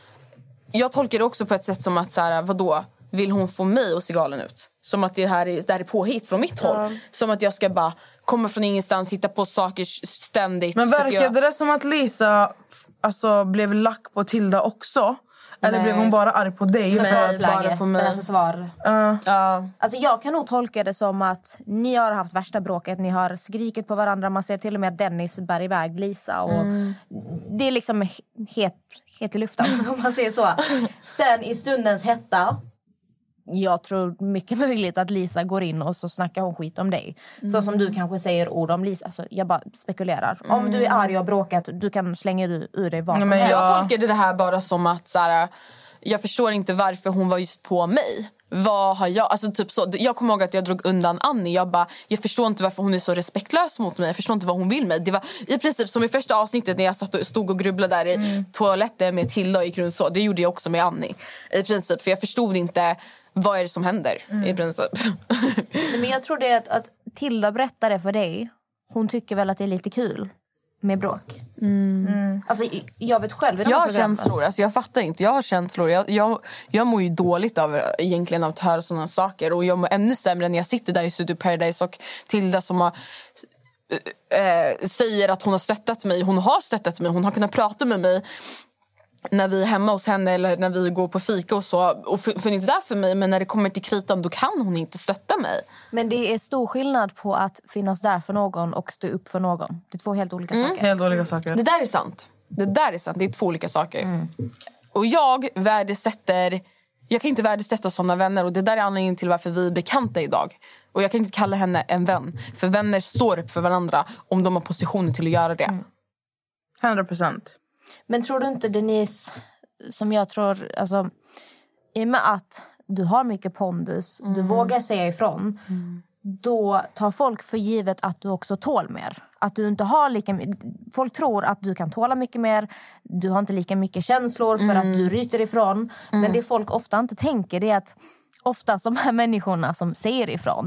Jag tolkar det också på ett sätt som att så här, vadå? Vill hon få mig att se galen ut? Som att det här är, det här är påhitt från mitt håll. Mm. Som att jag ska bara komma från ingenstans, hitta på saker ständigt. Men verkade jag... det som att Lisa alltså, blev lack på Tilda också? Eller Nej. blev hon bara arg på dig? Nej, bara på mig. Försvar. Uh. Uh. Alltså jag kan nog tolka det som att ni har haft värsta bråket. Ni har skrikit på varandra. Man ser till och med att Dennis bär iväg Lisa. Och mm. det är liksom het, het i luften, om man säger så. Sen i stundens hetta... Jag tror mycket möjligt att Lisa går in och så snackar hon skit om dig. Mm. Så som du kanske säger ord om Lisa. Alltså, jag bara spekulerar. Mm. Om du är arg och bråkat, du kan slänga ur dig vad som men helst. Jag tolkade det här bara som att så här, jag förstår inte varför hon var just på mig. Vad har jag, alltså typ så, jag kommer ihåg att jag drog undan Annie. Jag bara, jag förstår inte varför hon är så respektlös mot mig. Jag förstår inte vad hon vill med. Det var i princip som i första avsnittet när jag satt och stod och grubblade där i mm. toaletten med Tilda och gick runt så. Det gjorde jag också med Annie. I princip, för jag förstod inte vad är det som händer mm. i princip. Men jag tror det är att, att Tilda berättar det för dig. Hon tycker väl att det är lite kul med bråk. Mm. Mm. Alltså, jag vet själv. Jag har känslor. Alltså, jag fattar inte. Jag har känslor. Jag, jag, jag mår ju dåligt av, egentligen av att höra sådana saker. Och jag mår ännu sämre när jag sitter där i Studio Paradise och Tilda som har... Äh, säger att hon har stöttat mig. Hon har stöttat mig. Hon har kunnat prata med mig när vi är hemma hos henne eller när vi går på fika och så. Och för, för inte där för mig, men när det kommer till kritan då kan hon inte stötta mig. Men det är stor skillnad på att finnas där för någon och stå upp för någon. Det är två helt olika mm. saker. Helt olika saker. Det där är sant. Det där är sant. Det är två olika saker. Mm. Och jag värdesätter... Jag kan inte värdesätta sådana vänner. Och det där är anledningen till varför vi är bekanta idag. Och jag kan inte kalla henne en vän. För vänner står upp för varandra om de har positioner till att göra det. Mm. hundra procent. Men tror du inte, Denise, som jag tror, alltså, i och med att du har mycket pondus, mm. du vågar säga ifrån, mm. då tar folk för givet att du också tål mer. Att du inte har lika mycket, folk tror att du kan tåla mycket mer, du har inte lika mycket känslor för mm. att du ryter ifrån. Mm. Men det folk ofta inte tänker är att oftast de här människorna som säger ifrån,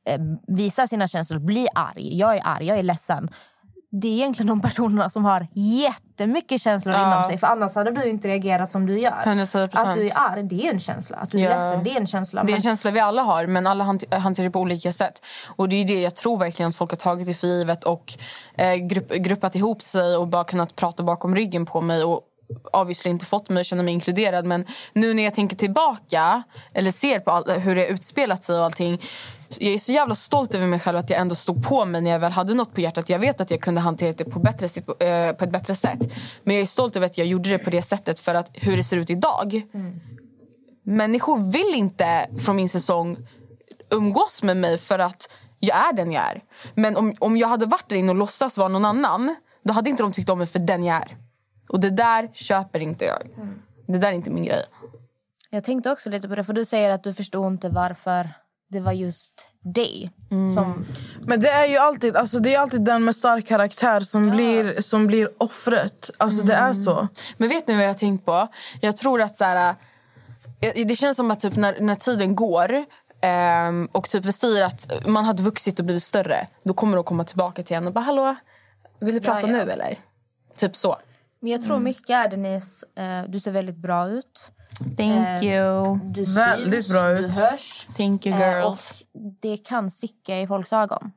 eh, visar sina känslor, blir arg. Jag är arg, jag är ledsen. Det är egentligen de personerna som har jättemycket känslor ja. inom sig. För annars hade du inte reagerat som du gör. hundratio procent. Att du är arg, det är en känsla. Att du är ja. ledsen, det är en känsla. Det är en känsla vi alla har, men alla hanter- hanterar det på olika sätt. Och det är det jag tror verkligen att folk har tagit i för givet och eh, grupp, gruppat ihop sig och bara kunnat prata bakom ryggen på mig och obviously inte fått mig att känna mig inkluderad. Men nu när jag tänker tillbaka eller ser på all, hur det utspelat sig och allting, jag är så jävla stolt över mig själv att jag ändå stod på mig när jag väl hade något på hjärtat. Jag vet att jag kunde hantera det på, bättre, på ett bättre sätt. Men jag är stolt över att jag gjorde det på det sättet för att hur det ser ut idag. Mm. Människor vill inte från min säsong umgås med mig för att jag är den jag är. Men om, om jag hade varit där inne och låtsas vara någon annan, då hade inte de tyckt om mig för den jag är. Och det där köper inte jag. Mm. Det där är inte min grej. Jag tänkte också lite på det, för du säger att du förstår inte varför det var just dig mm. som... Men det är ju alltid, alltså det är alltid den med stark karaktär som, ja. blir, som blir offret. Alltså mm. det är så. Men vet ni vad jag har tänkt på? Jag tror att så här, det känns som att typ när, när tiden går um, och typ vi säger att man hade vuxit och blivit större, då kommer de komma tillbaka till en och bara, hallå, vill du prata ja, ja. nu eller? Typ så. Men jag tror mycket är Denise, uh, du ser väldigt bra ut. Thank you. Du syns, väldigt bra ut. Du hörs. Thank you girls. Och det kan sticka i folks ögon.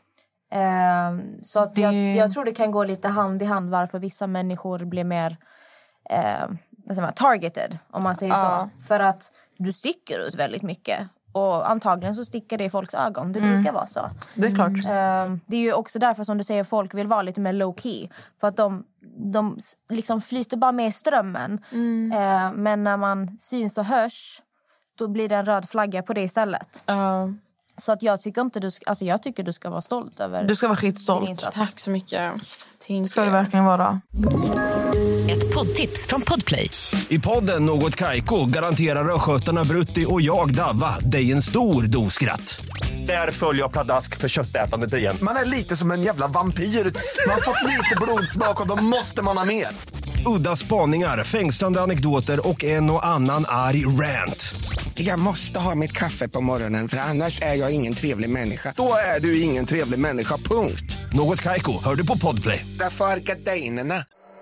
Så att det... jag, jag tror det kan gå lite hand i hand varför vissa människor blir mer eh, vad säger man, targeted, om man säger ja. så. För att du sticker ut väldigt mycket. Och antagligen så sticker det i folks ögon. Det mm. brukar vara så. Det är klart. Mm. Det är ju också därför som du säger folk vill vara lite mer low key. För att de, de liksom flyter bara med i strömmen. Mm. Men när man syns och hörs, då blir det en röd flagga på det istället. Uh. Så att jag tycker inte du ska, alltså jag tycker du ska vara stolt över. Du ska vara skitstolt. Tack så mycket. Det ska du verkligen vara. Ett poddtips från Podplay. I podden Något Kaiko garanterar röskötarna Brutti och jag Davva dig en stor doskratt. Där följer jag pladask för köttätandet igen. Man är lite som en jävla vampyr. Man har fått lite blodsmak och då måste man ha mer. Udda spaningar, fängslande anekdoter och en och annan arg rant. Jag måste ha mitt kaffe på morgonen för annars är jag ingen trevlig människa. Då är du ingen trevlig människa, punkt. Något Kaiko, hör du på Podplay. Därför är gardinerna.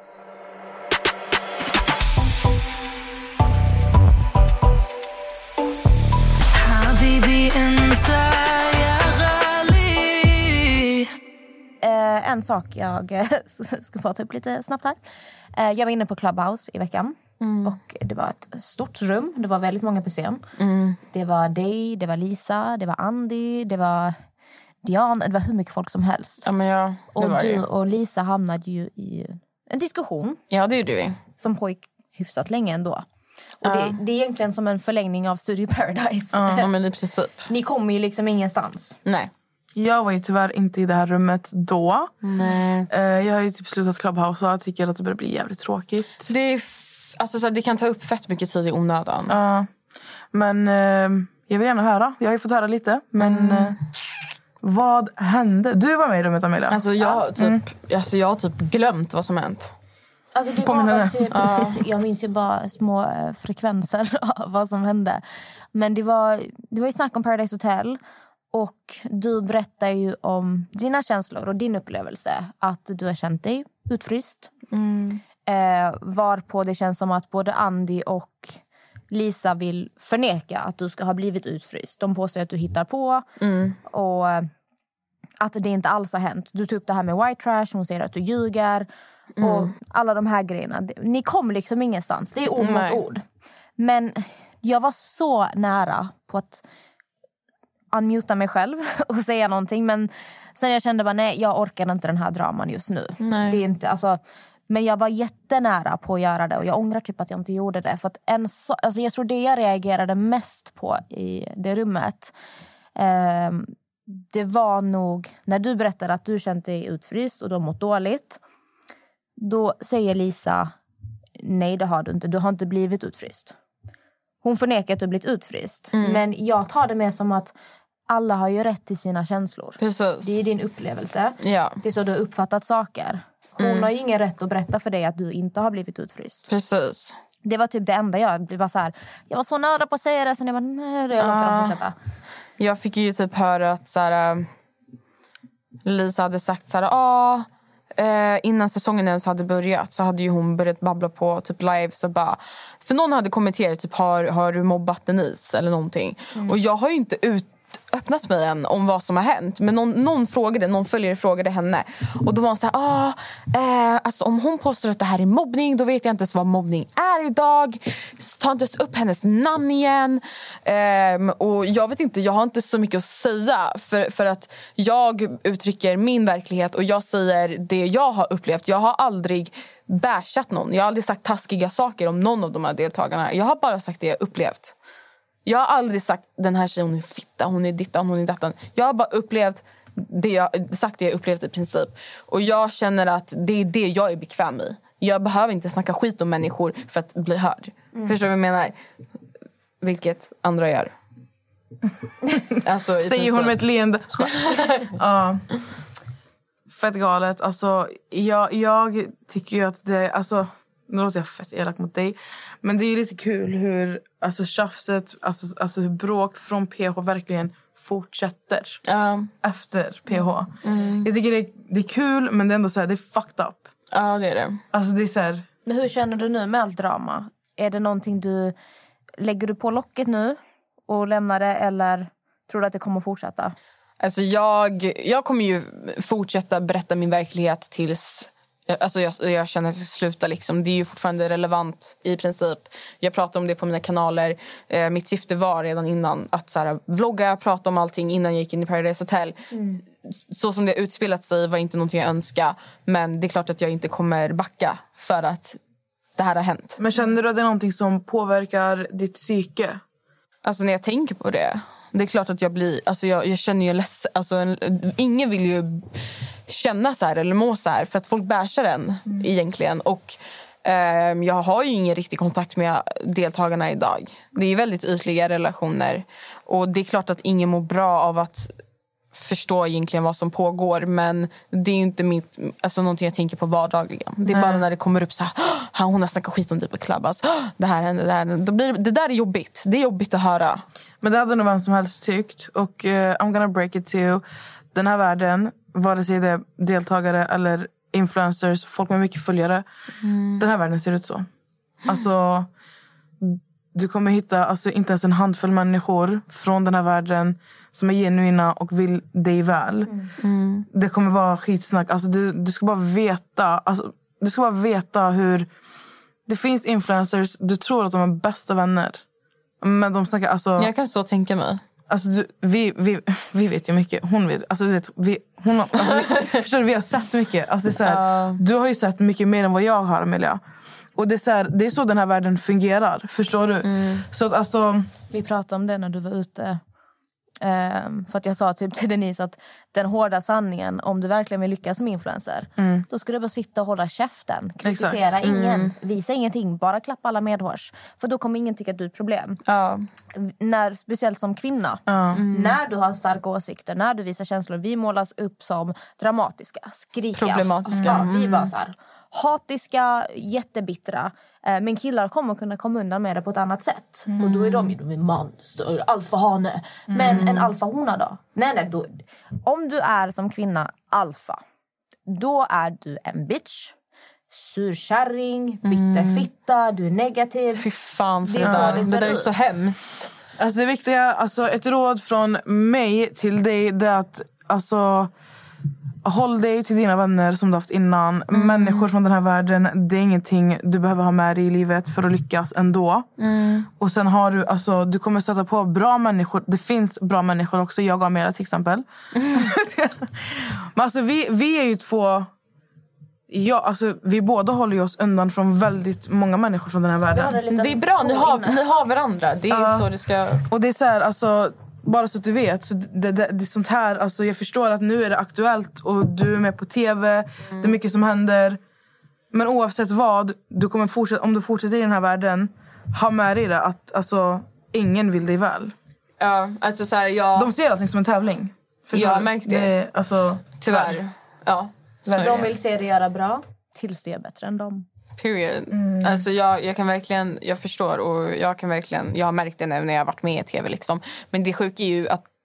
Eh, en sak jag ska få ta upp lite snabbt här. Eh, jag var inne på Clubhouse i veckan. Mm. Och det var ett stort rum. Det var väldigt många på scen. Mm. Det var dig, det var Lisa, det var Andy, det var Diana. Det var hur mycket folk som helst. Ja, men ja, det och var du det. Och Lisa hamnade ju i en diskussion. Ja, det gjorde vi. Som pågick hyfsat länge ändå. Och ja. det, det är egentligen som en förlängning av Studio Paradise. Ja, men i princip. Ni kommer ju liksom ingenstans. Nej. Jag var ju tyvärr inte i det här rummet då. Nej. Jag har ju typ slutat Clubhouse och jag tycker att det börjar bli jävligt tråkigt. Det, är f- alltså, så här, det kan ta upp fett mycket tid i onödan. Ja. Men eh, jag vill gärna höra. Jag har ju fått höra lite. Men mm. eh, vad hände? Du var med i rummet, Amelia. Alltså jag, typ, mm. alltså, jag har typ glömt vad som hänt. Alltså det var typ, ja. Jag minns ju bara små frekvenser av vad som hände. Men det var, det var ju snack om Paradise Hotel. Och du berättar ju om dina känslor och din upplevelse. Att du har känt dig utfryst. Mm. Eh, varpå det känns som att både Andy och Lisa vill förneka att du ska ha blivit utfryst. De påstår att du hittar på. Mm. Och att det inte alls har hänt. Du tog upp det här med white trash. Hon säger att du ljuger. Mm. Och alla de här grejerna. Ni kom liksom ingenstans. Det är ord mot ord. Men jag var så nära på att unmuta mig själv och säga någonting. Men sen jag kände bara, nej, jag orkar inte den här draman just nu. Nej. Det är inte, alltså, men jag var jättenära på att göra det. Och jag ångrar typ att jag inte gjorde det. För att en så, alltså jag tror det jag reagerade mest på i det rummet. Eh, det var nog när du berättade att du kände dig utfryst och du har mått dåligt. Då säger Lisa, nej det har du inte. Du har inte blivit utfryst. Hon förnekar att du har blivit utfryst. Mm. Men jag tar det med som att alla har ju rätt till sina känslor. Precis. Det är din upplevelse. Ja. Det är så du har uppfattat saker. Hon mm. har ju ingen rätt att berätta för dig att du inte har blivit utfryst. Precis. Det var typ det enda jag var så här. Jag var så nära på att säga det. Sen jag bara, nej, jag låter dem fortsätta. Jag fick ju typ höra att så här, Lisa hade sagt så här, ah, eh, innan säsongen ens hade börjat så hade ju hon börjat babbla på typ live så bara, för någon hade kommenterat typ har, har du mobbat Denise eller någonting. Mm. Och jag har ju inte ut öppnat mig än om vad som har hänt. Men någon, någon frågade, någon följare frågade henne. Och då var hon så här, ah, eh, alltså om hon påstår att det här är mobbning, då vet jag inte ens vad mobbning är idag. Ta inte ens upp hennes namn igen. Eh, och jag vet inte, jag har inte så mycket att säga. För, för att jag uttrycker min verklighet och jag säger det jag har upplevt. Jag har aldrig bärsat någon. Jag har aldrig sagt taskiga saker om någon av de här deltagarna. Jag har bara sagt det jag upplevt. Jag har aldrig sagt den här tjejen hon är fitta, hon är dittan, hon är dattan. Jag har bara upplevt det jag, sagt det jag upplevt i princip. Och jag känner att det är det jag är bekväm i. Jag behöver inte snacka skit om människor för att bli hörd. Mm. Förstår du vad jag menar? Vilket andra gör. Alltså, säger hon med ett leende. Ja. Fett galet. Alltså, jag, jag tycker ju att det... Alltså, nu låter jag fett elak mot dig. Men det är ju lite kul hur alltså, tjafset, alltså, alltså hur bråk från P H verkligen fortsätter uh. efter P H. Mm. Jag tycker det är, det är kul, men det är ändå så här, det är fucked up. Ja, uh, det är det. Alltså det är så här... Men hur känner du nu med allt drama? Är det någonting du... Lägger du på locket nu och lämnar det, eller tror du att det kommer att fortsätta? Alltså jag, jag kommer ju fortsätta berätta min verklighet tills... Alltså jag, jag känner att jag ska sluta liksom. Det är ju fortfarande relevant i princip. Jag pratar om det på mina kanaler. eh, Mitt syfte var redan innan att så här, vlogga, prata om allting innan jag gick in i Paradise Hotel. mm. Så som det har utspelat sig var inte någonting jag önskar. Men det är klart att jag inte kommer backa för att det här har hänt. Men känner du att det är någonting som påverkar ditt psyke? Alltså när jag tänker på det, det är klart att jag blir, alltså jag, jag känner ju ledsen, alltså en, ingen vill ju känna så här eller må så här för att folk bärsar den mm. egentligen. Och eh, jag har ju ingen riktig kontakt med deltagarna idag. Det är väldigt ytliga relationer och det är klart att ingen mår bra av att förstå egentligen vad som pågår, men det är ju inte mitt, alltså någonting jag tänker på vardagligen. Det är Nej. bara när det kommer upp så här, hon har snackat skit om typ på klubb, alltså, det här händer, det här händer. Då blir, det där är jobbigt. Det är jobbigt att höra. Men det hade nog vem som helst tyckt. Och uh, I'm gonna break it to you. Den här världen, vare sig det är deltagare eller influencers, folk med mycket följare, mm. den här världen ser ut så. Alltså, du kommer hitta alltså, inte ens en handfull människor från den här världen som är genuina och vill dig väl. Mm. Mm. Det kommer vara skitsnack. Alltså, du, du ska bara veta alltså, du ska bara veta hur det finns influencers, du tror att de är bästa vänner, men de snackar alltså... Jag kan så tänka mig. Alltså, du, vi, vi, vi vet ju mycket. Hon vet. Alltså, du vet vi, hon, alltså, vi, förstår du, vi har sett mycket. Alltså, det är så här, uh. Du har ju sett mycket mer än vad jag har, Amelia. Och det är, så här, det är så den här världen fungerar. Förstår du? Mm. Så att, alltså... Vi pratade om det när du var ute. Um, för att jag sa typ till Denise att den hårda sanningen, om du verkligen vill lyckas som influencer, mm. då ska du bara sitta och hålla käften. Kritisera Exakt. ingen, mm. visa ingenting, bara klappa alla medhårs. För då kommer ingen tycka att du är ett problem. uh. När, speciellt som kvinna, uh. mm. när du har starka åsikter, när du visar känslor, vi målas upp som dramatiska, skrika, problematiska. mm. ja, vi bara så här hatiska, jättebittra. Men killar kommer kunna komma undan med det på ett annat sätt. Mm. För då är de ju de är monster, alfahane. Mm. Men en alfahona då? Nej, nej, då, om du är som kvinna alfa, då är du en bitch, surkärring, bitterfitta, du är negativ. Fy fan, för det, är det, det där är så hemskt. Alltså det viktiga, alltså ett råd från mig till dig, det är att alltså... håll dig till dina vänner som du haft innan. Mm. Människor från den här världen, det är ingenting du behöver ha med dig i livet för att lyckas ändå. Mm. Och sen har du, alltså, du kommer sätta på bra människor. Det finns bra människor också, jag och Amelia till exempel. Mm. Men alltså vi, vi är ju två... Ja, alltså, vi båda håller oss undan från väldigt många människor från den här världen. Det är bra, ni har, ni har varandra. Det är uh, så det ska... Och det är så här, alltså... Bara så att du vet, så det, det, det är sånt här, alltså jag förstår att nu är det aktuellt och du är med på tv, mm. det är mycket som händer. Men oavsett vad, du kommer fortsätta, om du fortsätter i den här världen, ha med dig det att alltså, ingen vill dig väl. Ja, alltså så här, jag... De ser allting som en tävling. Förstår? Jag märkte det. det alltså, tyvärr. tyvärr. Ja, de vill se det göra bra, tills det är bättre än dem. Period. Mm. Alltså jag, jag kan verkligen, jag förstår och jag kan verkligen, jag har märkt det nu när jag har varit med i tv liksom. Men det sjuka är ju att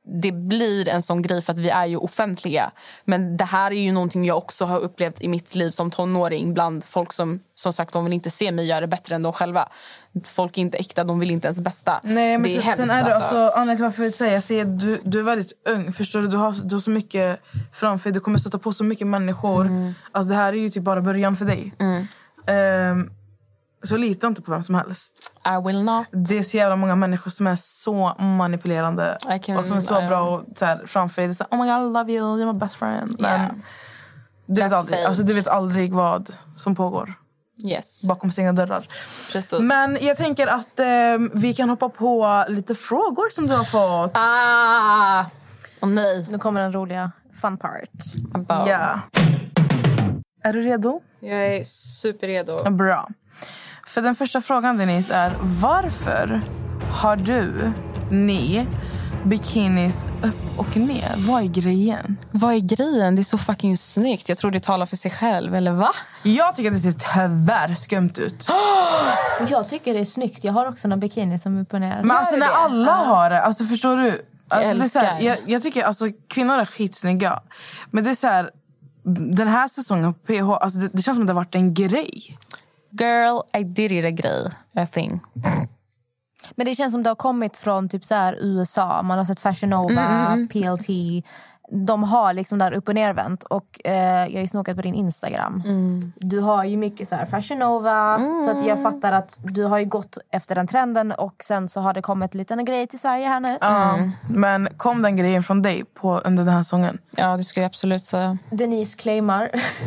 det blir en sån grej för att vi är ju offentliga. Men det här är ju någonting jag också har upplevt i mitt liv som tonåring bland folk som, som sagt, de vill inte se mig göra det bättre än de själva. Folk är inte äkta, de vill inte ens bästa. Nej, men det är sen, hemskt, sen är det alltså. alltså, anledningen till varför jag säger, jag ser, du, du är väldigt ung, förstår du? Du har, du har så mycket framför dig, du kommer stöta på så mycket människor. Mm. Alltså det här är ju typ bara början för dig. Mm. Um, så lita inte på vem som helst. I will not. Det är så jävla många människor som är så manipulerande can, och som är så I, bra och så här, framför dig. Det är så, oh my god, I love you, you're my best friend. Men yeah. du, vet aldrig, alltså, du vet aldrig vad som pågår. Yes. Bakom sina dörrar. Precis. Men jag tänker att eh, vi kan hoppa på lite frågor som du har fått. Ah! Oh, nej. Nu kommer den roliga fun part. About. Ja. Är du redo? Jag är superredo. Bra. För den första frågan, Denise, är varför har du, ni, bikinis upp och ner? Vad är grejen? Vad är grejen? Det är så fucking snyggt. Jag tror det talar för sig själv, eller va? Jag tycker att det ser tyvärr skumt ut. Jag tycker det är snyggt. Jag har också en bikini som är upp och ner. Men alltså när det? alla har det, alltså förstår du? Alltså, jag det är så här, älskar. jag, jag tycker alltså kvinnor är skitsnygga. Men det är så här, den här säsongen på P H, alltså det, det känns som att det har varit en grej. Girl, I did it a grej. I think. Men det känns som det har kommit från typ så här U S A. Man har sett Fashion Nova, mm. P L T. De har liksom där upp- och nervänt. Och eh, jag har ju snokat på din Instagram. Mm. Du har ju mycket så här Fashion Nova. Mm. Så att jag fattar att du har ju gått efter den trenden. Och sen så har det kommit lite en grej till Sverige här nu. Ja, mm. Men kom den grejen från dig på, under den här sången? Ja, det skulle jag absolut säga. Denise claimar.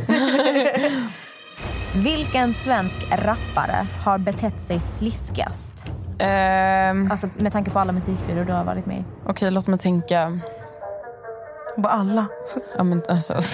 Vilken svensk rappare har betett sig sliskast? Um, alltså med tanke på alla musikvideor du har varit med i. Okej, okay, låt mig tänka. På alla? Ja, men alltså. uh,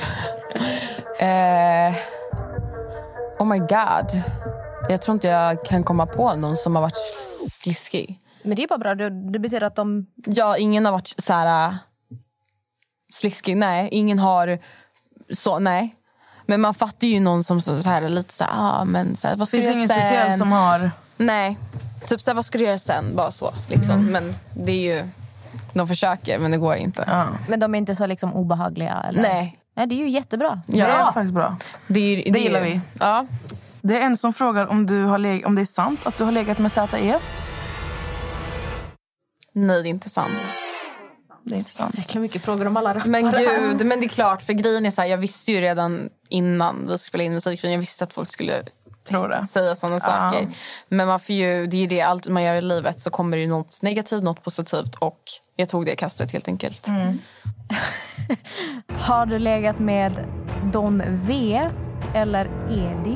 oh my god. Jag tror inte jag kan komma på någon som har varit sliskig. Men det är bara bra. Det, det betyder att de... Ja, ingen har varit så här uh, sliskig. Nej, ingen har så, nej. Men man fattar ju någon som så här lite så här, ah, men så här, vad ska Finns du göra ingen sen? speciell som har... Nej, typ så här, vad ska du göra sen? Bara så, liksom. Mm. Men det är ju... De försöker, men det går inte. Ja. Men de är inte så liksom obehagliga? Eller? Nej. Nej, det är ju jättebra. Ja, det är faktiskt bra. Det, är, det, det gillar är, vi. Ja. Det är en som frågar om, du har leg- om det är sant att du har legat med Z E. Nej, det är inte sant. Det är inte sant. Jäkla mycket frågor om alla rappare. Men gud, men det är klart. För grejen är så här, jag visste ju redan innan vi spelade in musikvideon, jag visste att folk skulle Tror det. säga sådana uh. saker. Men man får ju, det är ju det, allt man gör i livet så kommer det ju något negativt, något positivt. Och jag tog det kastet helt enkelt. Mm. Har du legat med Don V eller Edi?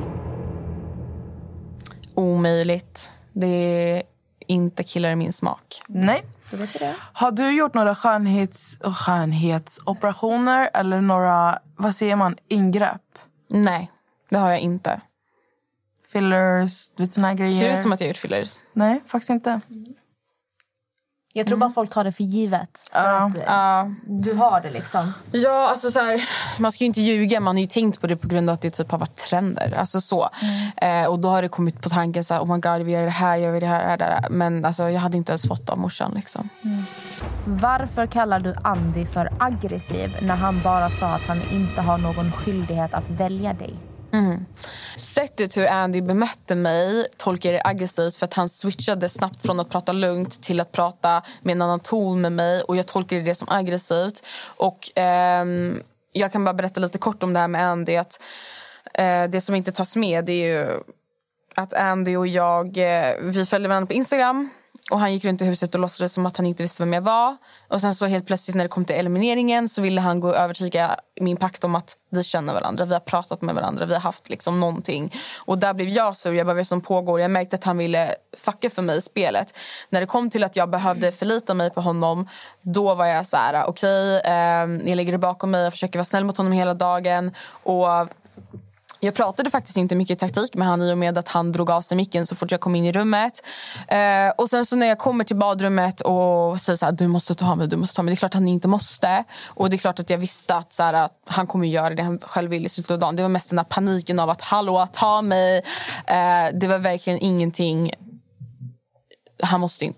Omöjligt. Det är inte killar i min smak. Nej. Har du gjort några skönhets, skönhetsoperationer eller några, vad säger man, ingrepp? Nej, det har jag inte. Fillers, du vet såna här grejer. Ser det ut som att jag har gjort fillers? Nej, faktiskt inte. Jag tror mm. bara folk tar det för givet. För uh, att uh. du har det liksom. Ja, alltså så här, man ska ju inte ljuga. Man har ju tänkt på det på grund av att det typ har varit trender. Alltså så. Mm. Eh, och då har det kommit på tanken så här, oh my god, vi gör det här, gör vi det här, det här. Men alltså, jag hade inte ens fått av morsan liksom. Mm. Varför kallar du Andy för aggressiv när han bara sa att han inte har någon skyldighet att välja dig? Mm. Sättet hur Andy bemötte mig tolkar det aggressivt för att han switchade snabbt från att prata lugnt till att prata med en annan ton med mig, och jag tolkar det som aggressivt. Och ehm, jag kan bara berätta lite kort om det här med Andy, att eh, det som inte tas med, det är ju att Andy och jag, eh, vi följde varandra på Instagram. Och han gick runt i huset och låtsades som att han inte visste vem jag var. Och sen så helt plötsligt när det kom till elimineringen så ville han gå och övertyga min pakt om att vi känner varandra. Vi har pratat med varandra, vi har haft liksom någonting. Och där blev jag sur, jag bara, vad som pågår. Jag märkte att han ville fucka för mig i spelet. När det kom till att jag behövde förlita mig på honom, då var jag så här: okej, okay, eh, jag lägger det bakom mig, jag försöker vara snäll mot honom hela dagen. Och jag pratade faktiskt inte mycket taktik med han i och med att han drog av sig micken så fort jag kom in i rummet. Eh, och sen så när jag kommer till badrummet och säger så här, du måste ta mig, du måste ta mig. Det är klart att han inte måste. Och det är klart att jag visste att, så här, att han kommer göra det han själv vill i slutet av dagen. Det var mest den här paniken av att, hallå, ta mig. Eh, det var verkligen ingenting. Han måste inte.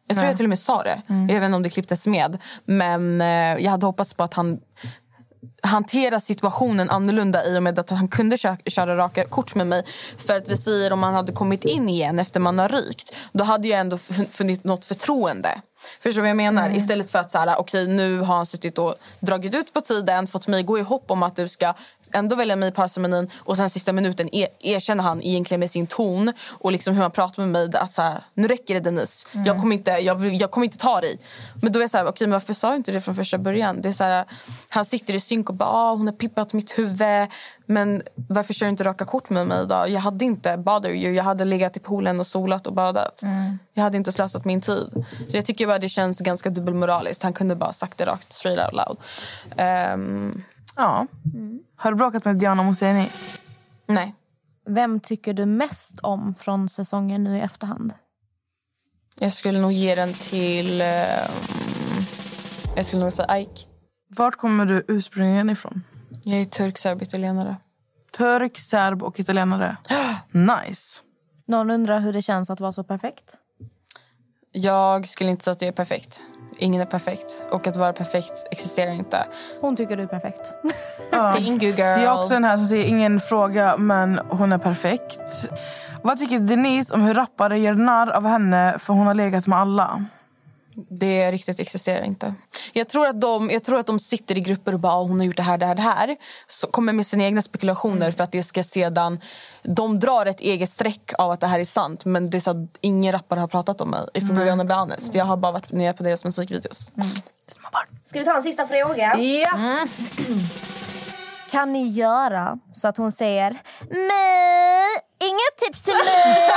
Jag tror Nej. jag till och med sa det. Mm. Jag vet inte om det klipptes med. Men eh, jag hade hoppats på att han hantera situationen annorlunda i och med att han kunde köra, köra raka kort med mig. För att vi säger om han hade kommit in igen efter man har rykt, då hade jag ändå funnit något förtroende. Förstår du vad jag menar? Mm. Istället för att så här, okej, nu har han suttit och dragit ut på tiden, fått mig gå i hopp om att du ska ändå välja mig i parceremonin, och sen sista minuten er, erkänner han egentligen med sin ton och liksom hur han pratar med mig att så här, nu räcker det Denise, mm. jag, kommer inte, jag, jag kommer inte ta dig. Men då är jag så här, okej, men varför sa du inte det från första början? Det är så här, han sitter i synk och bara, ah, hon har pippat mitt huvud, men varför kör du inte raka kort med mig då? Jag hade inte bother you, jag hade legat i poolen och solat och badat. Mm. Jag hade inte slösat min tid. Så jag tycker bara det känns ganska dubbelmoraliskt. Han kunde bara sagt det rakt, straight out loud. Um, ja. Mm. Har du bråkat med Diana Moseni? Nej. Vem tycker du mest om från säsongen nu i efterhand? Jag skulle nog ge den till... Um, jag skulle nog säga Ike. Vart kommer du ursprungligen ifrån? Jag är turk, serb, italienare. Turk, serb och italienare. Nice. Någon undrar hur det känns att vara så perfekt? Jag skulle inte säga att jag är perfekt. Ingen är perfekt. Och att vara perfekt existerar inte. Hon tycker du är perfekt. Ja. Thank you, girl. Jag är också den här som säger ingen fråga, men hon är perfekt. Vad tycker Denise om hur rappare gör narr av henne för hon har legat med alla? Det riktigt existerar inte. Jag tror att de, jag tror att de sitter i grupper och bara, hon har gjort det här, det här, det här. Så kommer med sina egna spekulationer mm. för att det ska sedan... De drar ett eget streck av att det här är sant. Men det är så att ingen rappare har pratat om mig. Ifrån början mm. honest. Jag har bara varit nere på deras musikvideos. Mm. Ska vi ta en sista fråga? Ja. Mm. Kan ni göra så att hon säger nej, inga tips till mig?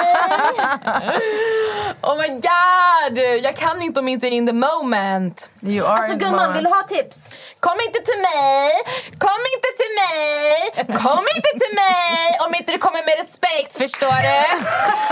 Oh my god, jag kan inte om inte in the moment. You are alltså gumman, vill du ha tips? Kom inte till mig, kom inte till mig, kom inte till mig om inte du kommer med respekt, förstår du?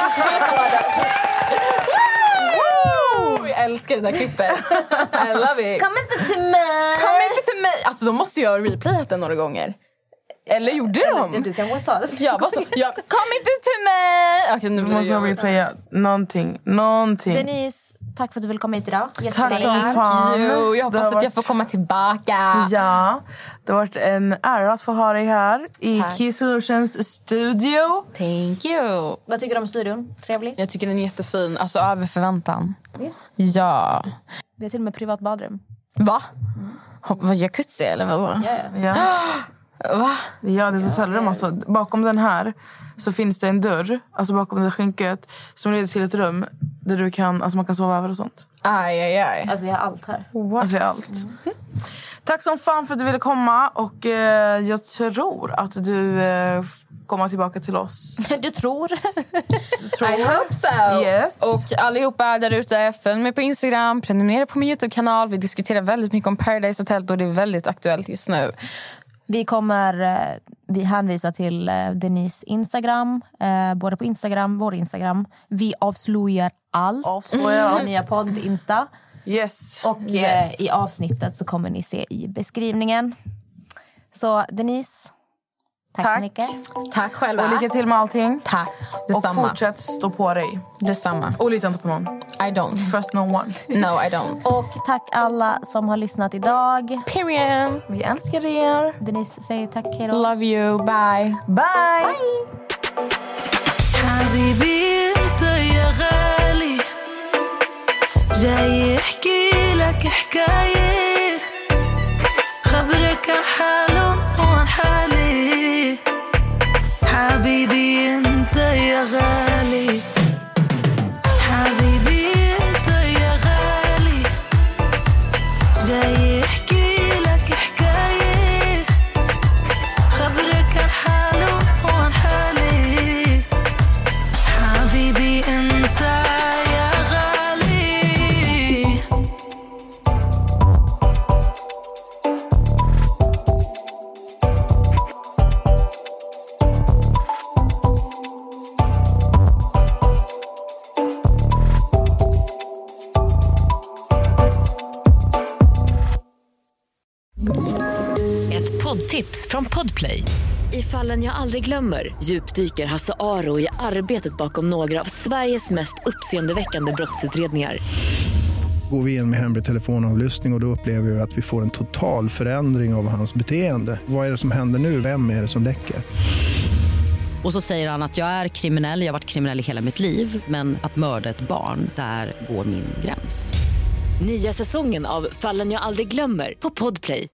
Jag älskar det där klippet. I love it. Kom inte till mig. Kom inte till mig. Alltså de måste jag replayat den några gånger. Eller gjorde de? Eller, du kan sa det. Jag var så. Jag kom inte till mig. Okej, nu du måste jag replaya någonting. Någonting. Denise, tack för att du vill komma hit idag. Tack som fan. You. Jag hoppas att varit... jag får komma tillbaka. Ja, det har varit en ära att få ha dig här i tack. Key Solutions studio. Thank you. Vad tycker du om studion? Trevlig? Jag tycker den är jättefin. Alltså över förväntan. Yes. Ja. Vi har till och med privat badrum. Va? Mm. Vad gör kutsi eller vad? Ja, ja. ja. Va? Ja, det är så sällan. Alltså, bakom den här så finns det en dörr, alltså bakom det där skynket, som leder till ett rum där du kan, alltså man kan sova över och sånt. Aj, aj, aj. Alltså vi har allt här. What? Alltså vi har allt. Mm. Tack som fan för att du ville komma, och eh, jag tror att du eh, kommer tillbaka till oss. Du tror? du tror? I hope so. Yes. Och allihopa där ute, följ mig på Instagram, prenumerera på min YouTube-kanal. Vi diskuterar väldigt mycket om Paradise Hotel och det är väldigt aktuellt just nu. Vi kommer vi hänvisa till Denise Instagram, eh, både på Instagram, vår Instagram. Vi avslöjar allt. Avslöjar mm. nya podd Insta. Yes. Och yes. Eh, i avsnittet så kommer ni se i beskrivningen. Så Denise, tack, tack. så mycket. Tack själva. Och lycka till med allting. Tack. Detsamma. Och fortsätt stå på dig. Detsamma. Och lita inte på någon. I don't. Trust no one. No, I don't. Och tack alla som har lyssnat idag. Period. Vi älskar er. Denise säger tack, hej då. Love you, bye. Bye. حبيبي انت يا غالي جاي احكي لك حكاية خبرك عن حالهم وعن حالي حبيبي انت يا غالي حبيبي انت يا غالي جاي احكي لك حكاية خبرك عن حالهم وعن حالي حبيبي انت يا غالي Ett poddtips från Podplay. I Fallen jag aldrig glömmer djupdyker Hasse Aro i arbetet bakom några av Sveriges mest uppseendeväckande brottsutredningar. Går vi in med hemlig telefonavlyssning och, och då upplever vi att vi får en total förändring av hans beteende. Vad är det som händer nu? Vem är det som läcker? Och så säger han att jag är kriminell, jag har varit kriminell i hela mitt liv. Men att mörda ett barn, där går min gräns. Nya säsongen av Fallen jag aldrig glömmer på Podplay.